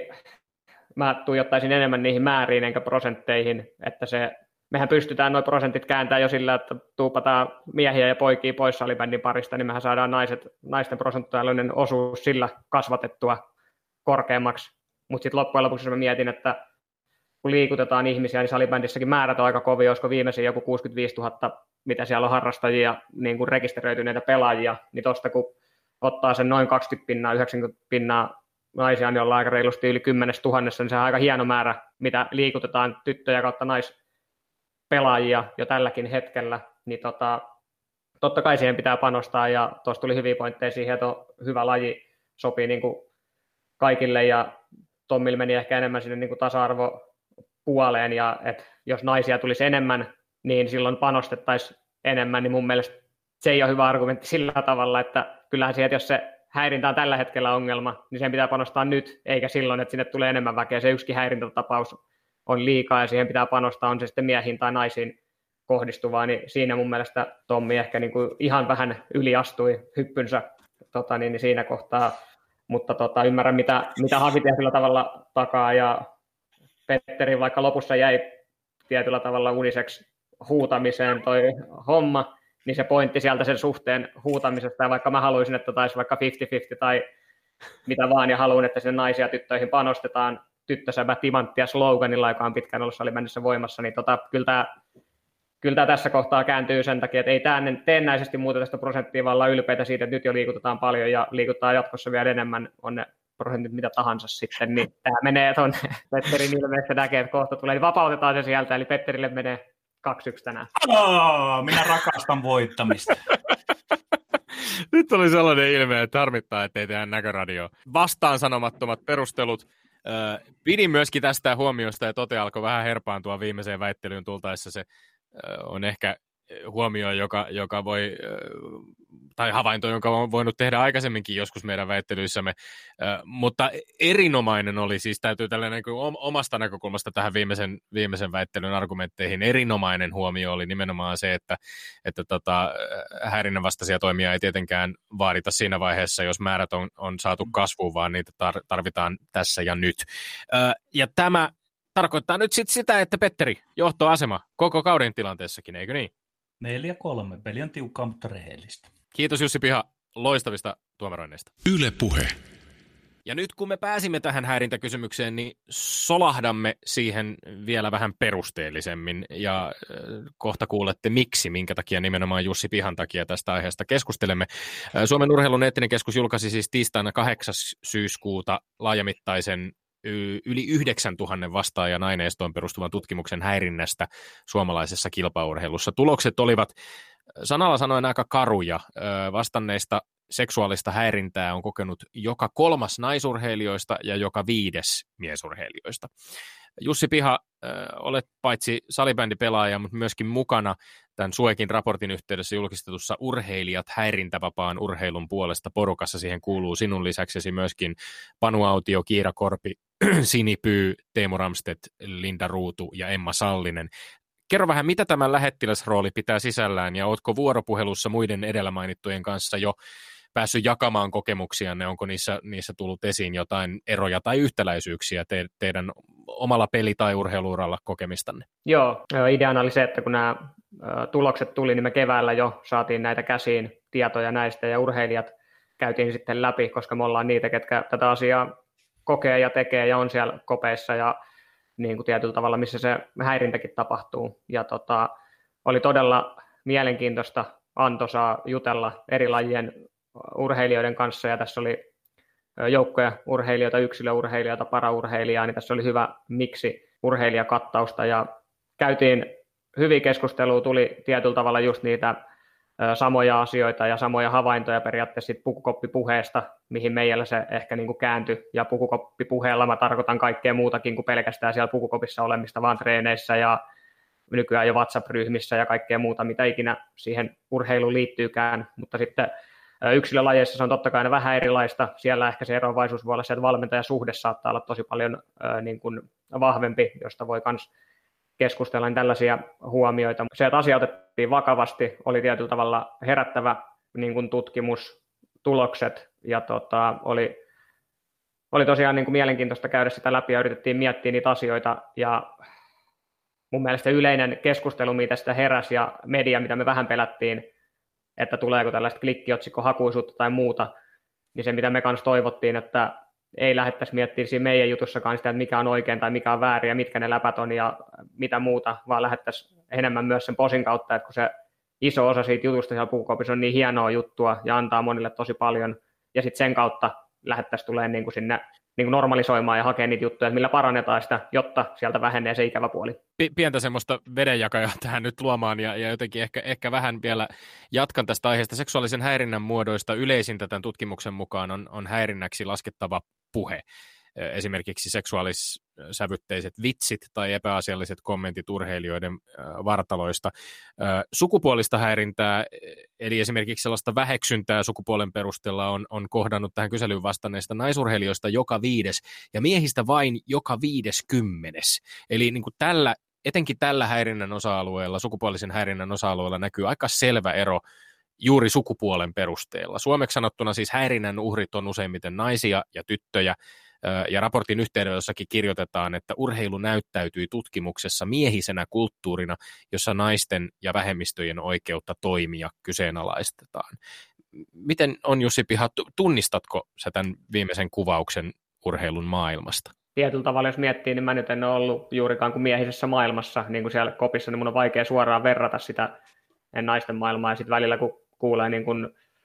mä tuijottaisin enemmän niihin määriin enkä prosentteihin, että mehän pystytään nuo prosentit kääntämään jo sillä, että tuupataan miehiä ja poikia pois salibändin parista, niin mehän saadaan naisten prosentuaalinen osuus sillä kasvatettua korkeammaksi. Mutta sitten loppujen lopuksi, jos mä mietin, että kun liikutetaan ihmisiä, niin salibändissäkin määrät on aika kovia, olisiko viimeisin joku 65 000, mitä siellä on harrastajia, niin kuin rekisteröityneitä pelaajia, niin tuosta kun ottaa sen noin 20 90 naisia, niin ollaan aika reilusti yli 10 000, niin se on aika hieno määrä, mitä liikutetaan tyttöjä kautta pelaajia jo tälläkin hetkellä, niin totta kai siihen pitää panostaa, ja tuossa tuli hyviä pointteja siihen, että on hyvä laji, sopii niin kuin kaikille, ja Tommilla meni ehkä enemmän sinne niin kuin tasa-arvopuoleen, ja että jos naisia tulisi enemmän, niin silloin panostettaisiin enemmän, niin mun mielestä se ei ole hyvä argumentti sillä tavalla, että kyllähän siihen, että jos se häirintä on tällä hetkellä ongelma, niin sen pitää panostaa nyt, eikä silloin, että sinne tulee enemmän väkeä. Se yksikin häirintätapaus on liikaa ja siihen pitää panostaa, on se sitten miehiin tai naisiin kohdistuvaa, niin siinä mun mielestä Tommi ehkä niin kuin ihan vähän yliastui hyppynsä niin siinä kohtaa, mutta ymmärrän mitä haki tietyllä tavalla takaa, ja Petteri vaikka lopussa jäi tietyllä tavalla uniseksi huutamiseen toi homma, niin se pointti sieltä sen suhteen huutamisesta, ja vaikka mä haluaisin, että taisi vaikka 50-50 tai mitä vaan, ja haluan, että sinne naisia tyttöihin panostetaan, tyttösäbä timanttia sloganilla, joka on pitkään ollut salibändissä voimassa, niin kyllä tämä tässä kohtaa kääntyy sen takia, että ei teennäisesti muuta tästä prosenttia, vaan ollaan ylpeitä siitä, että nyt jo liikutetaan paljon ja liikutaan jatkossa vielä enemmän, on ne prosentit mitä tahansa sitten, niin tämä menee tuonne Petterin ilmeessä näkee, että kohta tulee, niin vapautetaan se sieltä, eli Petterille menee 2-1 tänään. Minä rakastan voittamista. Nyt oli sellainen ilme, että harmittaa, ettei tehdä näköradioa. Vastaan sanomattomat perustelut. Pidin myöskin tästä huomiosta ja Tote alkoi vähän herpaantua viimeiseen väittelyyn tultaessa. Se on ehkä huomio, joka voi, tai havainto, jonka on voinut tehdä aikaisemminkin joskus meidän väittelyissämme, mutta erinomainen oli, siis täytyy tällainen omasta näkökulmasta tähän viimeisen väittelyn argumentteihin, erinomainen huomio oli nimenomaan se, että häirinnän vastaisia toimia ei tietenkään vaadita siinä vaiheessa, jos määrät on saatu kasvuun, vaan niitä tarvitaan tässä ja nyt. Ja tämä tarkoittaa nyt sitten sitä, että Petteri, johtoasema koko kauden tilanteessakin, eikö niin? 4-3. Peli on tiukkaa, mutta rehellistä. Kiitos Jussi Piha loistavista tuomaroinneista. Yle Puhe. Ja nyt kun me pääsimme tähän häirintäkysymykseen, niin solahdamme siihen vielä vähän perusteellisemmin. Ja kohta kuulette minkä takia nimenomaan Jussi Pihan takia tästä aiheesta keskustelemme. Suomen urheilun eettinen keskus julkaisi siis tiistaina 8. syyskuuta laajamittaisen yli 9000 vastaajan aineistoon perustuvan tutkimuksen häirinnästä suomalaisessa kilpaurheilussa. Tulokset olivat sanalla sanoen aika karuja. Vastanneista seksuaalista häirintää on kokenut joka 3. naisurheilijoista ja joka 5. miesurheilijoista. Jussi Piha, olet paitsi salibändipelaaja, mutta myöskin mukana tämän Suekin raportin yhteydessä julkistetussa Urheilijat häirintävapaan urheilun puolesta porukassa. Siihen kuuluu sinun lisäksesi myöskin Panu Autio, Kiira Korpi, Sini Pyy, Teemu Ramstedt, Linda Ruutu ja Emma Sallinen. Kerro vähän, mitä tämä lähettiläsrooli pitää sisällään ja ootko vuoropuhelussa muiden edellä mainittujen kanssa jo päässyt jakamaan kokemuksianne? Onko niissä tullut esiin jotain eroja tai yhtäläisyyksiä teidän omalla peli- tai urheiluuralla kokemistanne? Joo, ideana oli se, että kun nämä tulokset tuli, niin me keväällä jo saatiin näitä käsiin tietoja näistä ja urheilijat käytiin sitten läpi, koska me ollaan niitä, ketkä tätä asiaa kokee ja tekee ja on siellä kopeissa ja niin kuin tietyllä tavalla, missä se häirintäkin tapahtuu. Ja oli todella mielenkiintoista, antoisaa jutella eri lajien urheilijoiden kanssa ja tässä oli joukkueurheilijoita, yksilöurheilijoita, paraurheilijaa, niin tässä oli hyvä miksi urheilijakattausta ja käytiin hyviä keskustelua, tuli tietyllä tavalla just niitä samoja asioita ja samoja havaintoja periaatteessa pukukoppipuheesta, mihin meillä se ehkä niin kuin kääntyi. Ja pukukoppipuheella mä tarkoitan kaikkea muutakin kuin pelkästään siellä pukukopissa olemista, vaan treeneissä ja nykyään jo WhatsApp-ryhmissä ja kaikkea muuta, mitä ikinä siihen urheiluun liittyykään. Mutta sitten yksilölajeissa se on totta kai aina vähän erilaista. Siellä ehkä se eroavaisuus voi olla se, että valmentajasuhde saattaa olla tosi paljon niin kuin vahvempi, josta voi myös keskustella, niin tällaisia huomioita. Se, että asia otettiin vakavasti, oli tietyllä tavalla herättävä niin kuin tutkimustulokset ja oli tosiaan niin kuin mielenkiintoista käydä sitä läpi ja yritettiin miettiä niitä asioita ja mun mielestä yleinen keskustelu, mitä sitä heräsi ja media, mitä me vähän pelättiin, että tuleeko tällaista klikkiotsikkohakuisuutta tai muuta, niin se mitä me kanssa toivottiin, että ei lähdettäisi miettimään siinä meidän jutussakaan sitä, että mikä on oikein tai mikä on väärin ja mitkä ne läpät on ja mitä muuta, vaan lähdettäisiin enemmän myös sen posin kautta, että kun se iso osa siitä jutusta siellä pukukopissa on niin hienoa juttua ja antaa monille tosi paljon ja sitten sen kautta lähdettäisiin tulemaan niin kuin sinne niin kuin normalisoimaan ja hakemaan niitä juttuja, että millä parannetaan sitä, jotta sieltä vähenee se ikävä puoli. Pientä semmoista vedenjakajaa tähän nyt luomaan ja jotenkin ehkä vähän vielä jatkan tästä aiheesta. Seksuaalisen häirinnän muodoista yleisintä tämän tutkimuksen mukaan on häirinnäksi laskettava puhe. Esimerkiksi seksuaalissävytteiset vitsit tai epäasialliset kommentit urheilijoiden vartaloista. Sukupuolista häirintää, eli esimerkiksi sellaista väheksyntää sukupuolen perusteella on kohdannut tähän kyselyyn vastanneista naisurheilijoista joka 5. ja miehistä vain joka 50. Eli niin kuin etenkin tällä häirinnän osa-alueella, sukupuolisen häirinnän osa-alueella näkyy aika selvä ero juuri sukupuolen perusteella. Suomeksi sanottuna siis häirinnän uhrit on useimmiten naisia ja tyttöjä, ja raportin yhteydessäkin kirjoitetaan, että urheilu näyttäytyi tutkimuksessa miehisenä kulttuurina, jossa naisten ja vähemmistöjen oikeutta toimia kyseenalaistetaan. Miten on, Jussi Piha, tunnistatko sä tämän viimeisen kuvauksen urheilun maailmasta? Tietyllä tavalla, jos miettii, niin mä nyt en ole ollut juurikaan kuin miehisessä maailmassa, niin kuin siellä kopissa, niin mun on vaikea suoraan verrata sitä naisten maailmaa, ja sitten välillä kun kuulee niin kun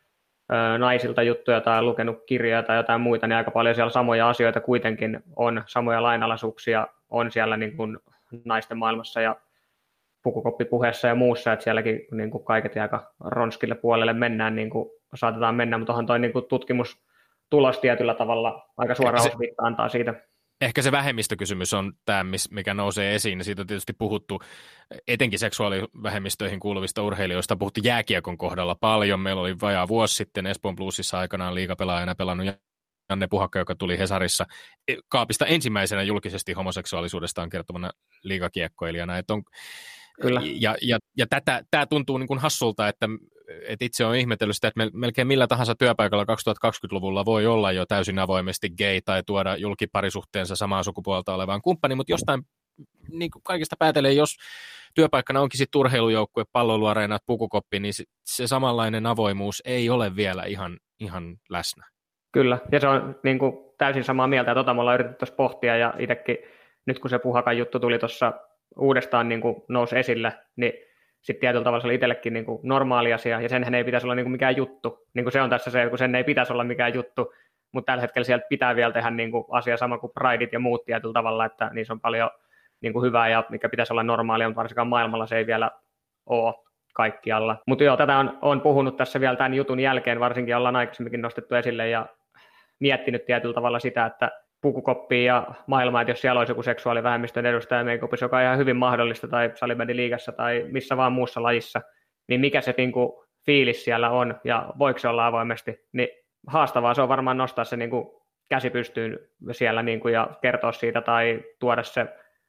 naisilta juttuja tai lukenut kirjoja tai jotain muita, niin aika paljon siellä samoja asioita kuitenkin on, samoja lainalaisuuksia on siellä niin kuin naisten maailmassa ja pukukoppipuheessa ja muussa, että sielläkin niin kuin kaiket aika ronskille puolelle mennään, niin kuin saatetaan mennä, mutta onhan toi niin kuin tutkimustulos tietyllä tavalla aika suoraan osviittaa antaa siitä. Ehkä se vähemmistökysymys on tämä, mikä nousee esiin. Siitä on tietysti puhuttu etenkin seksuaalivähemmistöihin kuuluvista urheilijoista, on puhuttu jääkiekon kohdalla paljon. Meillä oli vajaa vuosi sitten Espoon Bluesissa aikanaan liigapelaajana pelannut Janne Puhakka, joka tuli Hesarissa kaapista ensimmäisenä julkisesti homoseksuaalisuudestaan kertovana liigakiekkoilijana. Että on, kyllä. Ja tämä tuntuu niin kuin hassulta, että itse on ihmetellyt sitä, että melkein millä tahansa työpaikalla 2020-luvulla voi olla jo täysin avoimesti gay tai tuoda julkiparisuhteensa samaa sukupuolta olevaan kumppani, mutta jostain niin kuin kaikista päätelee, jos työpaikkana onkin sitten urheilujoukkue, palloiluareenat, pukukoppi, niin se samanlainen avoimuus ei ole vielä ihan läsnä. Kyllä, ja se on niin kuin täysin samaa mieltä, että me ollaan yritetty tuossa pohtia, ja itsekin nyt kun se Puhakan juttu tuli tuossa uudestaan niin kuin nousi esille, niin sitten tietyllä tavalla se oli itsellekin niin kuin normaali asia, ja senhän ei pitäisi olla niin kuin mikään juttu. Niin kuin se on tässä se, kun sen ei pitäisi olla mikään juttu, mutta tällä hetkellä sieltä pitää vielä tehdä niin kuin asia sama kuin Prideit ja muut tietyllä tavalla, että niissä on paljon niin kuin hyvää, ja mikä pitäisi olla normaalia, mutta varsinkaan maailmalla se ei vielä ole kaikkialla. Mutta joo, tätä on puhunut tässä vielä tämän jutun jälkeen, varsinkin ollaan aikaisemminkin nostettu esille, ja miettinyt tietyllä tavalla sitä, että pukukoppia ja maailmaa, että jos siellä olisi joku seksuaalivähemmistön edustaja meikopissa, joka on ihan hyvin mahdollista, tai salibändiliigassa tai missä vaan muussa lajissa, niin mikä se niin kuin fiilis siellä on, ja voiko se olla avoimesti, niin haastavaa se on varmaan nostaa se niin kuin käsi pystyyn siellä niin kuin, ja kertoa siitä, tai tuoda se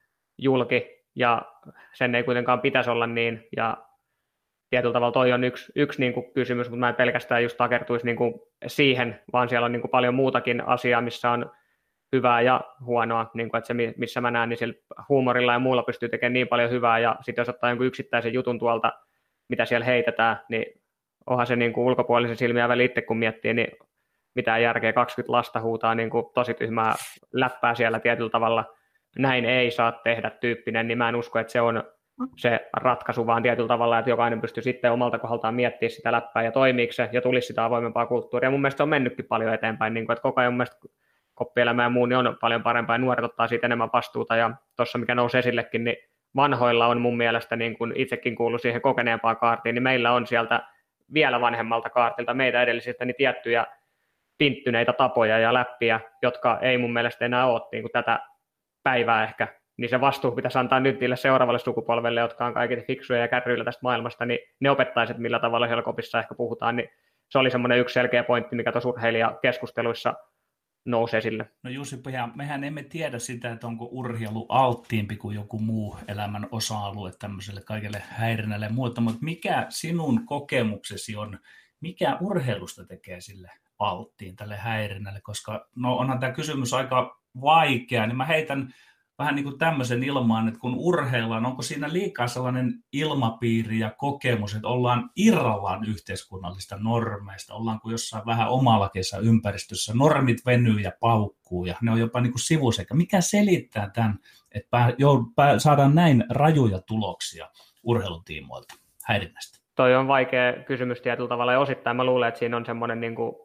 julki, ja sen ei kuitenkaan pitäisi olla niin, ja tietyllä tavalla toi on yksi niin kuin kysymys, mutta mä en pelkästään just takertuisi niin kuin siihen, vaan siellä on niin kuin paljon muutakin asiaa, missä on hyvää ja huonoa, niin kuin, että se missä mä näen, niin sillä huumorilla ja muulla pystyy tekemään niin paljon hyvää, ja sitten jos ottaa jonkun yksittäisen jutun tuolta, mitä siellä heitetään, niin onhan se niin kuin ulkopuolisen silmiä väli itse, kun miettii, niin mitään järkeä 20 lasta huutaa niin kuin tosi tyhmää läppää siellä tietyllä tavalla, näin ei saa tehdä tyyppinen, niin mä en usko, että se on se ratkaisu, vaan tietyllä tavalla, että jokainen pystyy sitten omalta kohdaltaan miettimään sitä läppää ja toimiiko se, ja tulisi sitä avoimempaa kulttuuria. Mun mielestä se on mennytkin paljon eteenpäin, niin kuin, että koko ajan mun mielestä koppielämä ja muu niin on paljon parempaa, ja nuoret ottaa siitä enemmän vastuuta, ja tuossa mikä nousi esillekin, niin vanhoilla on mun mielestä, niin kuin itsekin kuuluu siihen kokeneempaan kaartiin, niin meillä on sieltä vielä vanhemmalta kaartilta meitä edellisistä niin tiettyjä pinttyneitä tapoja ja läppiä, jotka ei mun mielestä enää ole niin kuin tätä päivää ehkä, niin se vastuu pitäisi antaa nyt niille seuraavalle sukupolvelle, jotka on kaikille fiksuja ja kärryillä tästä maailmasta, niin ne opettaisi, että millä tavalla siellä kopissa ehkä puhutaan, niin se oli semmoinen yksi selkeä pointti, mikä tuossa urheilijakeskusteluissa nousi esille. No Jussi, mehän emme tiedä sitä, että onko urheilu alttiimpi kuin joku muu elämän osa-alue tämmöiselle kaikille häirinnälle ja muuta, mutta mikä sinun kokemuksesi on, mikä urheilusta tekee sille alttiin, tälle häirinnälle, koska no onhan tämä kysymys aika vaikea, niin mä heitän vähän niin kuin tämmöisen ilmaan, että kun urheillaan, onko siinä liikaa sellainen ilmapiiri ja kokemus, että ollaan irrallaan yhteiskunnallista normeista, ollaanko jossain vähän omalakeissa ympäristössä, normit venyy ja paukkuu ja ne on jopa niin kuin sivuseikka. Mikä selittää tämän, että saadaan näin rajuja tuloksia urheilutiimoilta häirinnästä? Toi on vaikea kysymys tietyllä tavalla ja osittain mä luulen, että siinä on semmoinen niin kuin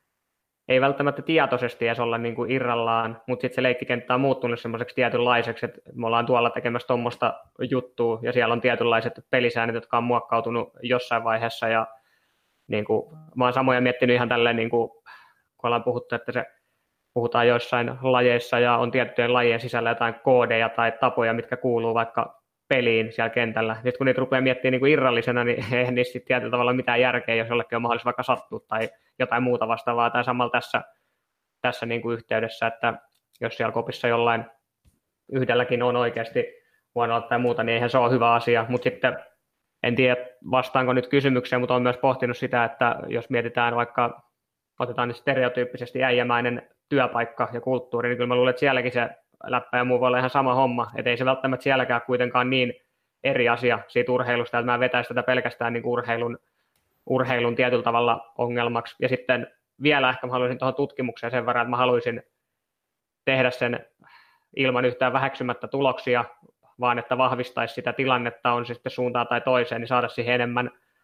ei välttämättä tietoisesti edes olla niin kuin irrallaan, mutta sitten se leikkikenttä on muuttunut semmoiseksi tietynlaiseksi, että me ollaan tuolla tekemässä tuommoista juttua, ja siellä on tietynlaiset pelisäännöt, jotka on muokkautunut jossain vaiheessa, ja niin kuin, mä oon samoja miettinyt ihan tälleen, niin kuin, kun ollaan puhuttu, että se puhutaan joissain lajeissa, ja on tiettyjen lajien sisällä jotain koodeja tai tapoja, mitkä kuuluu vaikka peliin siellä kentällä. Nyt kun niitä rupeaa miettimään niin kuin irrallisena, niin eihän niissä tietyllä tavalla mitään järkeä, jos jollekin on mahdollista vaikka sattua tai jotain muuta vastaavaa. Tai samalla tässä niin kuin yhteydessä, että jos siellä kopissa jollain yhdelläkin on oikeasti huonoa tai muuta, niin eihän se ole hyvä asia. Mutta sitten en tiedä, vastaanko nyt kysymykseen, mutta olen myös pohtinut sitä, että jos mietitään vaikka, otetaan nyt stereotyyppisesti äijämäinen työpaikka ja kulttuuri, niin kyllä mä luulen, että sielläkin se läppä ja muu voi olla ihan sama homma, että ei se välttämättä sielläkään kuitenkaan niin eri asia siitä urheilusta, että mä vetäisin tätä pelkästään niin kuin urheilun tietyllä tavalla ongelmaksi. Ja sitten vielä ehkä mä haluaisin tuohon tutkimukseen sen verran, että mä haluaisin tehdä sen ilman yhtään väheksymättä tuloksia, vaan että vahvistaisi sitä tilannetta, on sitten suuntaan tai toiseen, niin saada siihen enemmän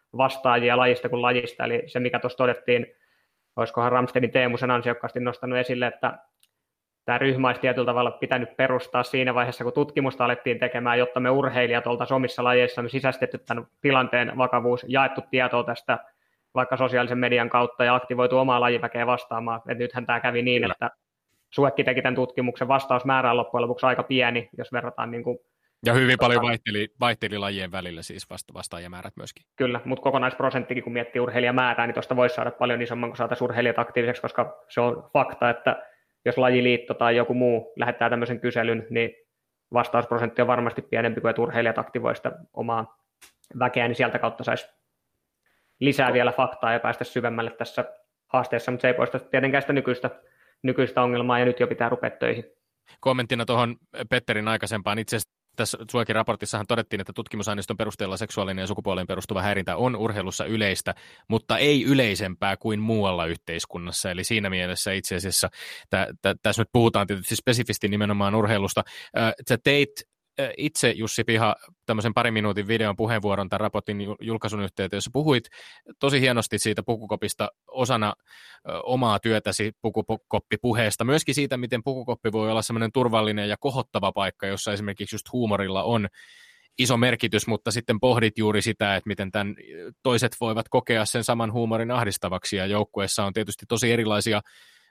vastaajia lajista kuin lajista, eli se mikä tuossa todettiin, olisikohan Ramstedin Teemu sen ansiokkaasti nostanut esille, että tämä ryhmä olisi tietyllä tavalla pitänyt perustaa siinä vaiheessa, kun tutkimusta alettiin tekemään, jotta me urheilijat oltaisiin omissa lajeissamme sisäistetty tämän tilanteen vakavuus, jaettu tietoa tästä vaikka sosiaalisen median kautta ja aktivoitu omaa lajiväkeä vastaamaan. Et nythän tämä kävi niin, Kyllä. että Suekki teki tämän tutkimuksen, vastausmäärä on loppujen lopuksi aika pieni, jos verrataan niin kuin ja hyvin paljon vaihteli lajien välillä siis vastaajamäärät myöskin. Kyllä, mutta kokonaisprosenttikin, kun miettii urheilijamäärää, niin tuosta voisi saada paljon isomman, kun saataisiin urheilijat aktiiviseksi, koska se on fakta, että jos lajiliitto tai joku muu lähettää tämmöisen kyselyn, niin vastausprosentti on varmasti pienempi kuin, että urheilijat aktivoivat sitä omaa väkeä, niin sieltä kautta saisi lisää vielä faktaa ja päästä syvemmälle tässä haasteessa, mutta se ei poista tietenkään sitä nykyistä ongelmaa, ja nyt jo pitää rupea töihin. Kommenttina tuohon Petterin aikaisempaan, itse asiassa tässä Suekin raportissahan todettiin, että tutkimusaineiston perusteella seksuaalinen ja sukupuoleen perustuva häirintä on urheilussa yleistä, mutta ei yleisempää kuin muualla yhteiskunnassa. Eli siinä mielessä itse asiassa, tässä nyt puhutaan tietysti spesifisti nimenomaan urheilusta. Sä teit itse, Jussi Piha, tämmöisen 2 minuutin videon puheenvuoron tämän raportin julkaisun yhteyteen, jossa puhuit tosi hienosti siitä pukukopista osana omaa työtäsi pukukoppipuheesta. Myöskin siitä, miten pukukoppi voi olla semmoinen turvallinen ja kohottava paikka, jossa esimerkiksi just huumorilla on iso merkitys, mutta sitten pohdit juuri sitä, että miten tämän toiset voivat kokea sen saman huumorin ahdistavaksi, ja joukkueessa on tietysti tosi erilaisia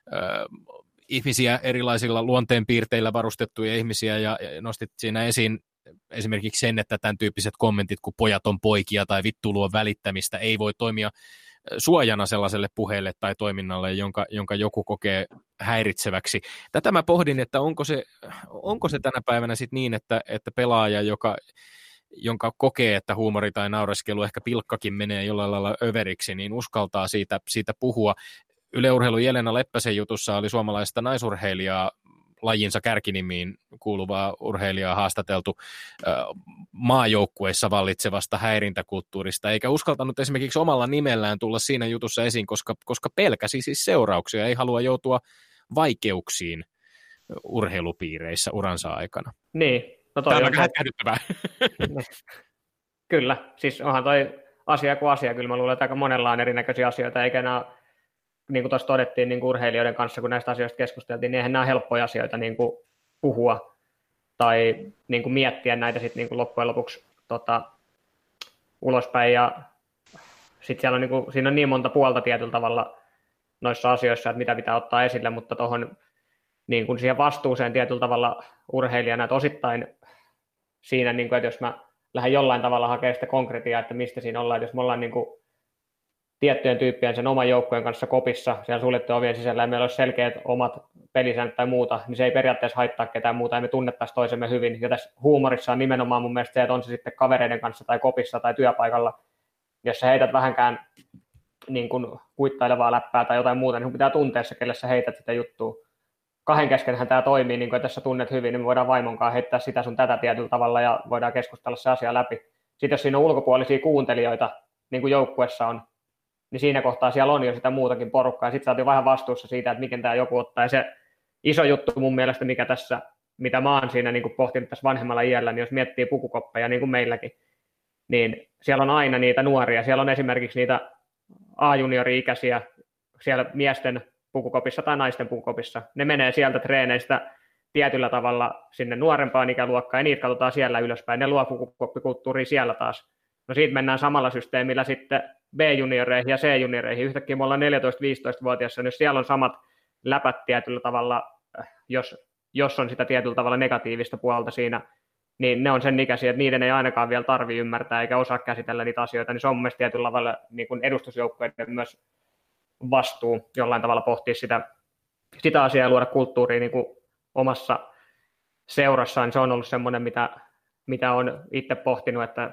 ihmisiä, erilaisilla luonteenpiirteillä varustettuja ihmisiä, ja nostit siinä esiin esimerkiksi sen, että tämän tyyppiset kommentit, kun pojat on poikia tai vittuilu on välittämistä, ei voi toimia suojana sellaiselle puheelle tai toiminnalle, jonka joku kokee häiritseväksi. Tätä mä pohdin, että onko se tänä päivänä sitten niin, että pelaaja, jonka kokee, että huumori tai naureskelu, ehkä pilkkakin menee jollain lailla överiksi, niin uskaltaa siitä puhua. Yle Urheilun Jelena Leppäsen jutussa oli suomalaista naisurheilijaa, lajinsa kärkinimiin kuuluvaa urheilijaa haastateltu maajoukkueissa vallitsevasta häirintäkulttuurista, eikä uskaltanut esimerkiksi omalla nimellään tulla siinä jutussa esiin, koska pelkäsi siis seurauksia, ei halua joutua vaikeuksiin urheilupiireissä uransa aikana. Niin. No tämä on aika hätkähdyttävää. Kyllä, siis onhan toi asia kuin asia, kyllä mä luulen, että aika monella on erinäköisiä asioita, eikä nämä, niin kuin tuossa todettiin niin kuin urheilijoiden kanssa, kun näistä asioista keskusteltiin, niin eihän nämä helppoja asioita niin kuin puhua tai niin kuin miettiä näitä sitten niin kuin loppujen lopuksi ulospäin, ja sitten siellä on, niin kuin, siinä on niin monta puolta tietyllä tavalla noissa asioissa, että mitä pitää ottaa esille, mutta tuohon niin kuin siihen vastuuseen tietyllä tavalla urheilijana, että osittain siinä, niin kuin, että jos mä lähden jollain tavalla hakemaan sitä konkretiaa, että mistä siinä ollaan, että jos me ollaan niin kuin tiettyjen tyyppien sen oman joukkueen kanssa kopissa, siellä suljettujen ovien sisällä, ja meillä olisi selkeät omat pelisäännöt tai muuta, niin se ei periaatteessa haittaa ketään muuta, ja me tunnettaisiin toisemme hyvin. Ja tässä huumorissa on nimenomaan mun mielestä se, että on se sitten kavereiden kanssa tai kopissa tai työpaikalla, jos sä heität vähänkään niin kuin kuittailevaa läppää tai jotain muuta, niin sun pitää tuntea se, kelle sä heität sitä juttua. Kahden keskenhän tämä toimii, niin kuin, että jos sä tunnet hyvin, niin me voidaan vaimonkaan heittää sitä sun tätä tietyllä tavalla, ja voidaan keskustella se asia läpi. Sitten jos siinä on ulkopuolisia kuuntelijoita, niin kuin joukkuessa on, niin siinä kohtaa siellä on jo sitä muutakin porukkaa, ja sitten sä oot jo vähän vastuussa siitä, että miten tämä joku ottaa. Ja se iso juttu mun mielestä, mikä tässä, mitä mä oon siinä niin kuin pohtinut tässä vanhemmalla iällä, niin jos miettii pukukoppeja, niin kuin meilläkin, niin siellä on aina niitä nuoria. Siellä on esimerkiksi niitä A-juniori-ikäisiä siellä miesten pukukopissa tai naisten pukukopissa. Ne menee sieltä treeneistä tietyllä tavalla sinne nuorempaan ikäluokkaan, ja niitä katsotaan siellä ylöspäin. Ne luo pukukoppikulttuuria siellä taas. No siitä mennään samalla systeemillä sitten B-junioreihin ja C-junioreihin. Yhtäkkiä me ollaan 14-15-vuotiaassa, jos siellä on samat läpät tietyllä tavalla, jos on sitä tietyllä tavalla negatiivista puolta siinä, niin ne on sen ikäisiä, että niiden ei ainakaan vielä tarvitse ymmärtää eikä osaa käsitellä niitä asioita, niin se on mun mielestä tietyllä tavalla niin kuin edustusjoukkueiden myös vastuu jollain tavalla pohtia sitä asiaa ja luoda kulttuuria niin kuin omassa seurassaan. Se on ollut semmoinen, mitä on itse pohtinut, että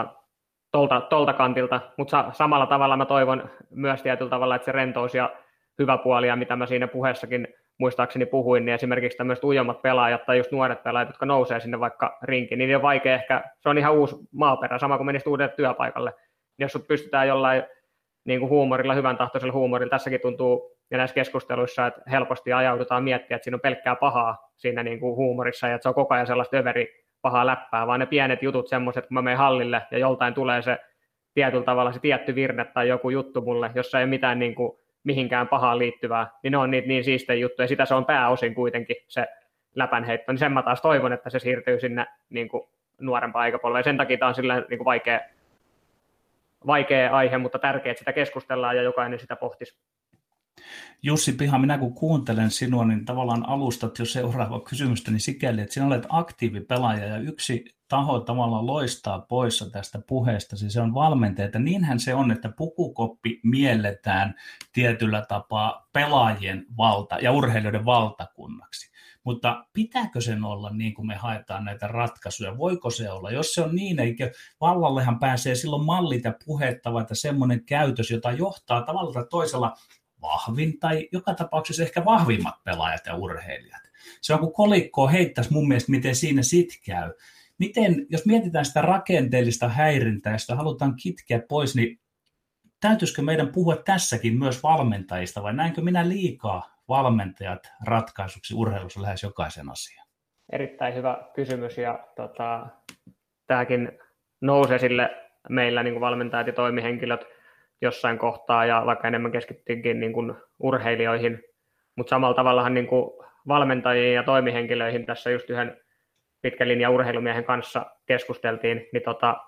tolta kantilta, mutta samalla tavalla mä toivon myös tietyllä tavalla, että se rentous ja hyvä puoli, ja mitä mä siinä puheessakin muistaakseni puhuin, niin esimerkiksi tämmöiset ujommat pelaajat tai just nuoret pelaajat, jotka nousee sinne vaikka rinkiin, niin on vaikea ehkä, se on ihan uusi maaperä, sama kuin menisit uudelle työpaikalle. Jos sut pystytään jollain niin kuin huumorilla, hyvän tahtoisella huumorilla, tässäkin tuntuu, ja näissä keskusteluissa, että helposti ajaudutaan miettiä, että siinä on pelkkää pahaa siinä niin kuin huumorissa, ja että se on koko ajan sellaista pahaa läppää, vaan ne pienet jutut semmoiset, kun mä menen hallille ja joltain tulee se tietyllä tavalla se tietty virne tai joku juttu mulle, jossa ei ole mitään niin kuin mihinkään pahaan liittyvää, niin ne on niitä niin siistejä juttuja, ja sitä se on pääosin kuitenkin se läpänheitto, niin sen mä taas toivon, että se siirtyy sinne niin kuin nuorempaan aikapolveen. Sen takia tämä on sillä niin kuin vaikea aihe, mutta tärkeää, että sitä keskustellaan ja jokainen sitä pohtisi. Jussi Piha, minä kun kuuntelen sinua, niin tavallaan alustat jo seuraava kysymystä, niin sikäli, että sinä olet aktiivipelaaja ja yksi taho tavallaan loistaa poissa tästä puheesta, se on valmentaja, että niinhän se on, että pukukoppi mielletään tietyllä tapaa pelaajien valta ja urheilijoiden valtakunnaksi. Mutta pitääkö sen olla niin kuin me haetaan näitä ratkaisuja? Voiko se olla? Jos se on niin, eikä vallallehan pääsee silloin mallit ja puhettavat ja semmoinen käytös, jota johtaa tavalla tai toisella vahvin tai joka tapauksessa ehkä vahvimmat pelaajat ja urheilijat. Se on kuin kolikkoa heittäisi mun mielestä, miten siinä sit käy. Miten, jos mietitään sitä rakenteellista häirintää, ja sitä halutaan kitkeä pois, niin täytyisikö meidän puhua tässäkin myös valmentajista, vai näinkö minä liikaa valmentajat ratkaisuksi urheilussa lähes jokaisen asian? Erittäin hyvä kysymys, ja tämäkin nousee sille meillä niin kuin valmentajat ja toimihenkilöt jossain kohtaa, ja vaikka enemmän keskittyinkin niin kuin urheilijoihin, mutta samalla tavallahan niin kuin valmentajiin ja toimihenkilöihin tässä just yhden pitkän linjan urheilumiehen kanssa keskusteltiin, niin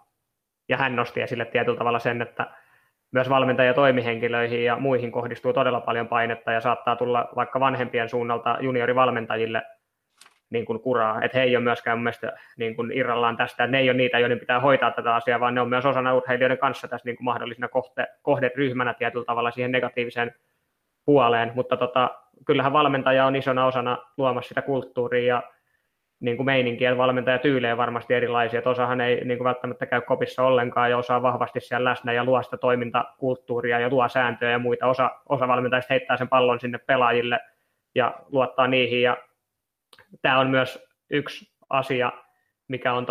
ja hän nosti esille tietyllä tavalla sen, että myös valmentajia toimihenkilöihin ja muihin kohdistuu todella paljon painetta ja saattaa tulla vaikka vanhempien suunnalta juniorivalmentajille niin kuin kuraa, että he ei ole myöskään mun mielestä niin kuin irrallaan tästä, että ne ei ole niitä, joiden pitää hoitaa tätä asiaa, vaan ne on myös osana urheilijoiden kanssa tässä niin kuin mahdollisena kohderyhmänä tietyllä tavalla siihen negatiiviseen puoleen, mutta kyllähän valmentaja on isona osana luomassa sitä kulttuuria ja niin kuin meininkiä, että valmentajatyylejä on varmasti erilaisia, että osahan ei niin kuin välttämättä käy kopissa ollenkaan ja osaa vahvasti siellä läsnä ja luo sitä toimintakulttuuria ja luo sääntöjä ja muita. Osa valmentajista heittää sen pallon sinne pelaajille ja luottaa niihin, ja tämä on myös yksi asia, mikä on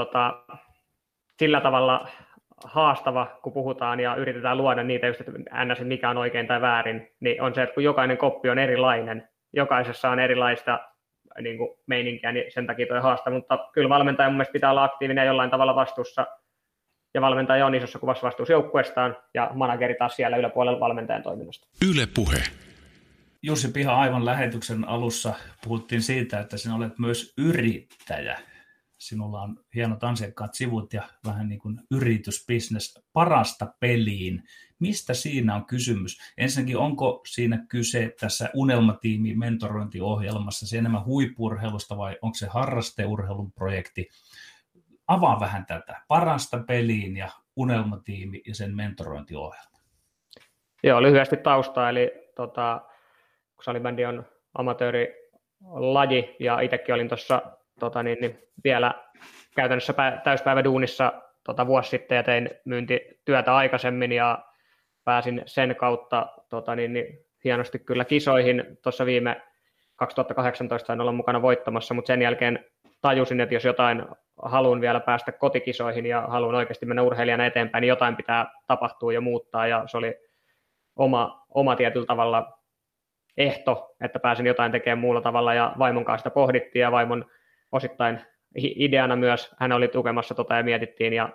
sillä tavalla haastava, kun puhutaan ja yritetään luoda niitä just, että ns. Mikä on oikein tai väärin, niin on se, että kun jokainen koppi on erilainen, jokaisessa on erilaista niin kuin meininkiä, niin sen takia toi haasta, mutta kyllä valmentaja mun mielestä pitää olla aktiivinen ja jollain tavalla vastuussa, ja valmentaja on isossa kuvassa vastuussa joukkueestaan, ja manageri taas siellä yläpuolella valmentajan toiminnasta. Yle Puhe. Jussi Piha, aivan lähetyksen alussa puhuttiin siitä, että sinä olet myös yrittäjä. Sinulla on hienot ansiokkaat sivut ja vähän niin kuin yritysbusiness parasta peliin. Mistä siinä on kysymys? Ensinnäkin, onko siinä kyse tässä unelmatiimin mentorointiohjelmassa se enemmän huippu-urheilusta vai onko se harrasteurheilun projekti? Avaa vähän tätä. Parasta peliin ja unelmatiimi ja sen mentorointiohjelma. Joo, lyhyesti taustaa. Eli kun salibändi on amatöörilaji ja itsekin olin tuossa vielä käytännössä täyspäiväduunissa vuosi sitten ja tein myyntityötä aikaisemmin ja pääsin sen kautta hienosti kyllä kisoihin. Tuossa viime 2018 sain olla mukana voittamassa, mutta sen jälkeen tajusin, että jos jotain haluan vielä päästä kotikisoihin ja haluan oikeasti mennä urheilijana eteenpäin, niin jotain pitää tapahtua ja muuttaa, ja se oli oma tietyllä tavalla ehto, että pääsin jotain tekemään muulla tavalla, ja vaimon kanssa sitä pohdittiin, ja vaimon osittain ideana myös, hän oli tukemassa ja mietittiin, ja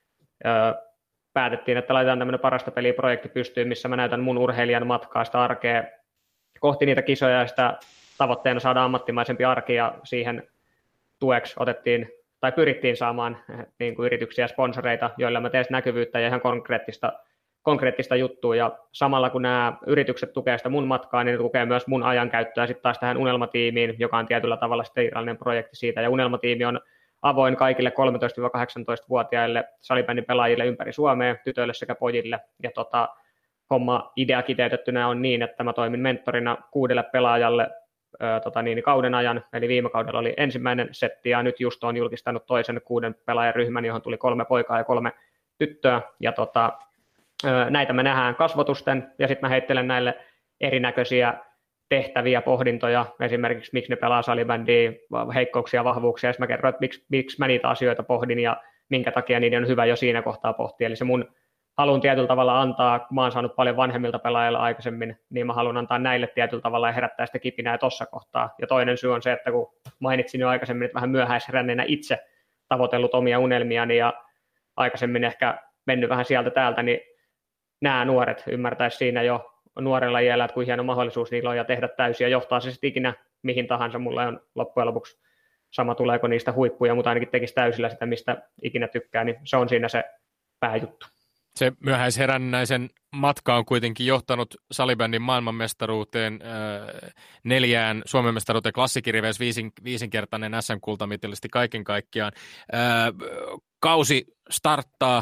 päätettiin, että laitetaan tämmöinen parasta peliä projekti pystyyn, missä mä näytän mun urheilijan matkaa, sitä arkea kohti niitä kisoja, ja sitä tavoitteena saada ammattimaisempi arki, ja siihen tueksi pyrittiin saamaan niin kuin yrityksiä ja sponsoreita, joilla mä teen näkyvyyttä ja ihan konkreettista juttua, ja samalla kun nämä yritykset tukee sitä mun matkaa, niin ne tukee myös mun ajankäyttöä sitten taas tähän unelmatiimiin, joka on tietyllä tavalla sitten irrallinen projekti siitä, ja unelmatiimi on avoin kaikille 13-18-vuotiaille salibändin pelaajille ympäri Suomea, tytöille sekä pojille, ja homma idea kiteytettynä on niin, että mä toimin mentorina 6 pelaajalle kauden ajan, eli viime kaudella oli ensimmäinen setti, ja nyt just on julkistanut toisen 6 pelaajan ryhmän, johon tuli 3 poikaa ja 3 tyttöä, ja näitä me nähdään kasvotusten, ja sitten mä heittelen näille erinäköisiä tehtäviä, pohdintoja, esimerkiksi miksi ne pelaa salibändiä, heikkouksia, vahvuuksia, ja mä kerron, että miksi mä niitä asioita pohdin, ja minkä takia niiden on hyvä jo siinä kohtaa pohtia. Eli se mun haluan tietyllä tavalla antaa, kun mä oon saanut paljon vanhemmilta pelaajilla aikaisemmin, niin mä haluan antaa näille tietyllä tavalla ja herättää sitä kipinää tuossa kohtaa. Ja toinen syy on se, että kun mainitsin jo aikaisemmin, että vähän myöhäisheränneenä itse tavoitellut omia unelmiani, ja aikaisemmin ehkä mennyt vähän sieltä täältä, niin nämä nuoret ymmärtäisi siinä jo nuorella iällä, että kuin hieno mahdollisuus niillä on ja tehdä täysin ja johtaa se sitten ikinä mihin tahansa. Mulla on loppujen lopuksi sama tuleeko niistä huippuja, mutta ainakin tekisi täysillä sitä, mistä ikinä tykkää, niin se on siinä se pääjuttu. Se myöhäisherännäisen matka on kuitenkin johtanut salibändin maailmanmestaruuteen, 4 Suomen mestaruuteen klassikiriveissä, 5-kertainen SM-kultamitalisti kaiken kaikkiaan. Kausi starttaa,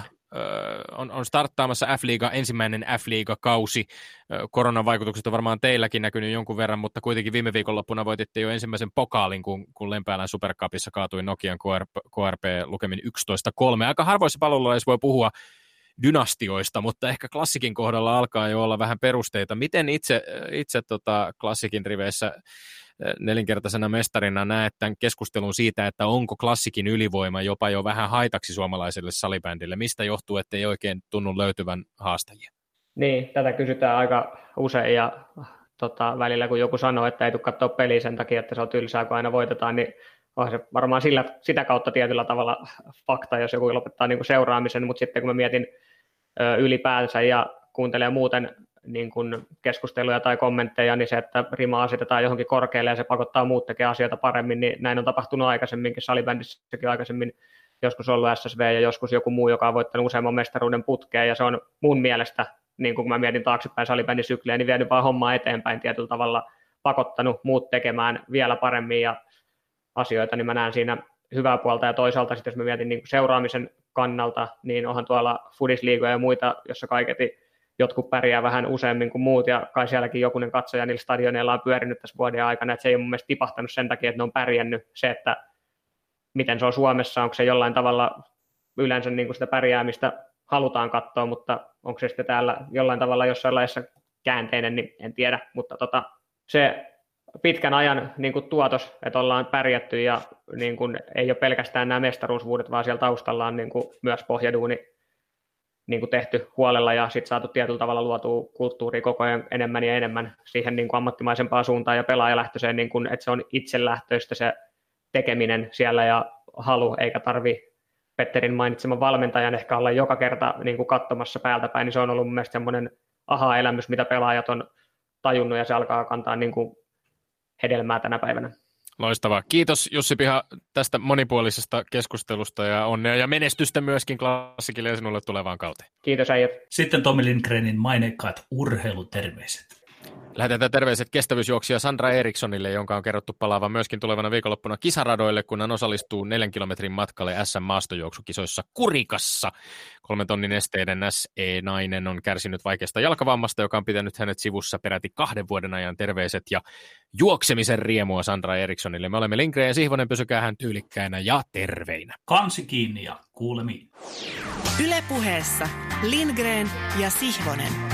on starttaamassa F-liiga, ensimmäinen F-liiga-kausi. Koronan vaikutukset on varmaan teilläkin näkynyt jonkun verran, mutta kuitenkin viime viikonloppuna voititte jo ensimmäisen pokaalin, kun Lempäälän Supercupissa kaatui Nokian KRP lukemin 11-3. Aika harvoissa palveluissa voi puhua dynastioista, mutta ehkä klassikin kohdalla alkaa jo olla vähän perusteita. Miten itse klassikin riveissä 4-kertaisena mestarina näet tämän keskustelun siitä, että onko klassikin ylivoima jopa jo vähän haitaksi suomalaiselle salibändille? Mistä johtuu, että ei oikein tunnu löytyvän haastajia? Niin, tätä kysytään aika usein ja välillä kun joku sanoo, että ei tule katsoa peliä sen takia, että se on tylsää, kun aina voitetaan, niin on se varmaan sitä kautta tietyllä tavalla fakta, jos joku lopettaa niin kuin seuraamisen, mutta sitten kun mä mietin ylipäänsä ja kuuntelen muuten niin kuin keskusteluja tai kommentteja, niin se, että rima asetetaan johonkin korkealle ja se pakottaa muut tekemään asioita paremmin, niin näin on tapahtunut aikaisemminkin, salibändissäkin aikaisemmin, joskus ollut SSV ja joskus joku muu, joka on voittanut useamman mestaruuden putkeen, ja se on mun mielestä, niin kun mä mietin taaksepäin salibändin sykliä, niin vienyt vaan hommaa eteenpäin tietyllä tavalla, pakottanut muut tekemään vielä paremmin ja asioita, niin mä näen siinä hyvää puolta, ja toisaalta sitten jos mä mietin niin kuin seuraamisen kannalta, niin onhan tuolla Fudisliigoja ja muita, jossa kaiketi jotkut pärjää vähän useammin kuin muut, ja kai sielläkin jokunen katsoja niillä stadioneilla on pyörinyt tässä vuoden aikana, että se ei ole mun mielestä tipahtanut sen takia, että ne on pärjännyt. Se, että miten se on Suomessa, onko se jollain tavalla yleensä niin kuin sitä pärjäämistä halutaan katsoa, mutta onko se sitten täällä jollain tavalla jossain laissa käänteinen, niin en tiedä, mutta se pitkän ajan niin kuin tuotos, että ollaan pärjätty ja niin kuin, ei ole pelkästään nämä mestaruusvuodet, vaan siellä taustalla on niin kuin, myös pohjaduuni niin kuin tehty huolella ja sitten saatu tietyllä tavalla luotua kulttuuria koko ajan enemmän ja enemmän siihen niin kuin ammattimaisempaan suuntaan ja pelaajalähtöiseen, niin kuin, että se on itselähtöistä se tekeminen siellä ja halu, eikä tarvi Petterin mainitseman valmentajan ehkä olla joka kerta niin kuin katsomassa päältä päin, niin se on ollut mun mielestä semmoinen aha-elämys, mitä pelaajat on tajunnut ja se alkaa kantaa niin kuin hedelmää tänä päivänä. Loistavaa. Kiitos Jussi Piha tästä monipuolisesta keskustelusta ja onnea ja menestystä myöskin Klassikille ja sinulle tulevaan kauteen. Kiitos äijät. Sitten Tommi Lindgrenin maineikkaat urheiluterveiset. Lähetetään terveiset kestävyysjuoksija Sandra Erikssonille, jonka on kerrottu palaavan myöskin tulevana viikonloppuna kisaradoille, kun hän osallistuu 4 kilometrin matkalle SM-maastojuoksukisoissa Kurikassa. 3 tonnin esteiden SE-nainen on kärsinyt vaikeasta jalkavammasta, joka on pitänyt hänet sivussa peräti 2 vuoden ajan. Terveiset ja juoksemisen riemua Sandra Erikssonille. Me olemme Lindgren ja Sihvonen, pysykää hän tyylikkäinä ja terveinä. Kansi kiinni ja kuulemiin. Yle Puheessa Lindgren ja Sihvonen.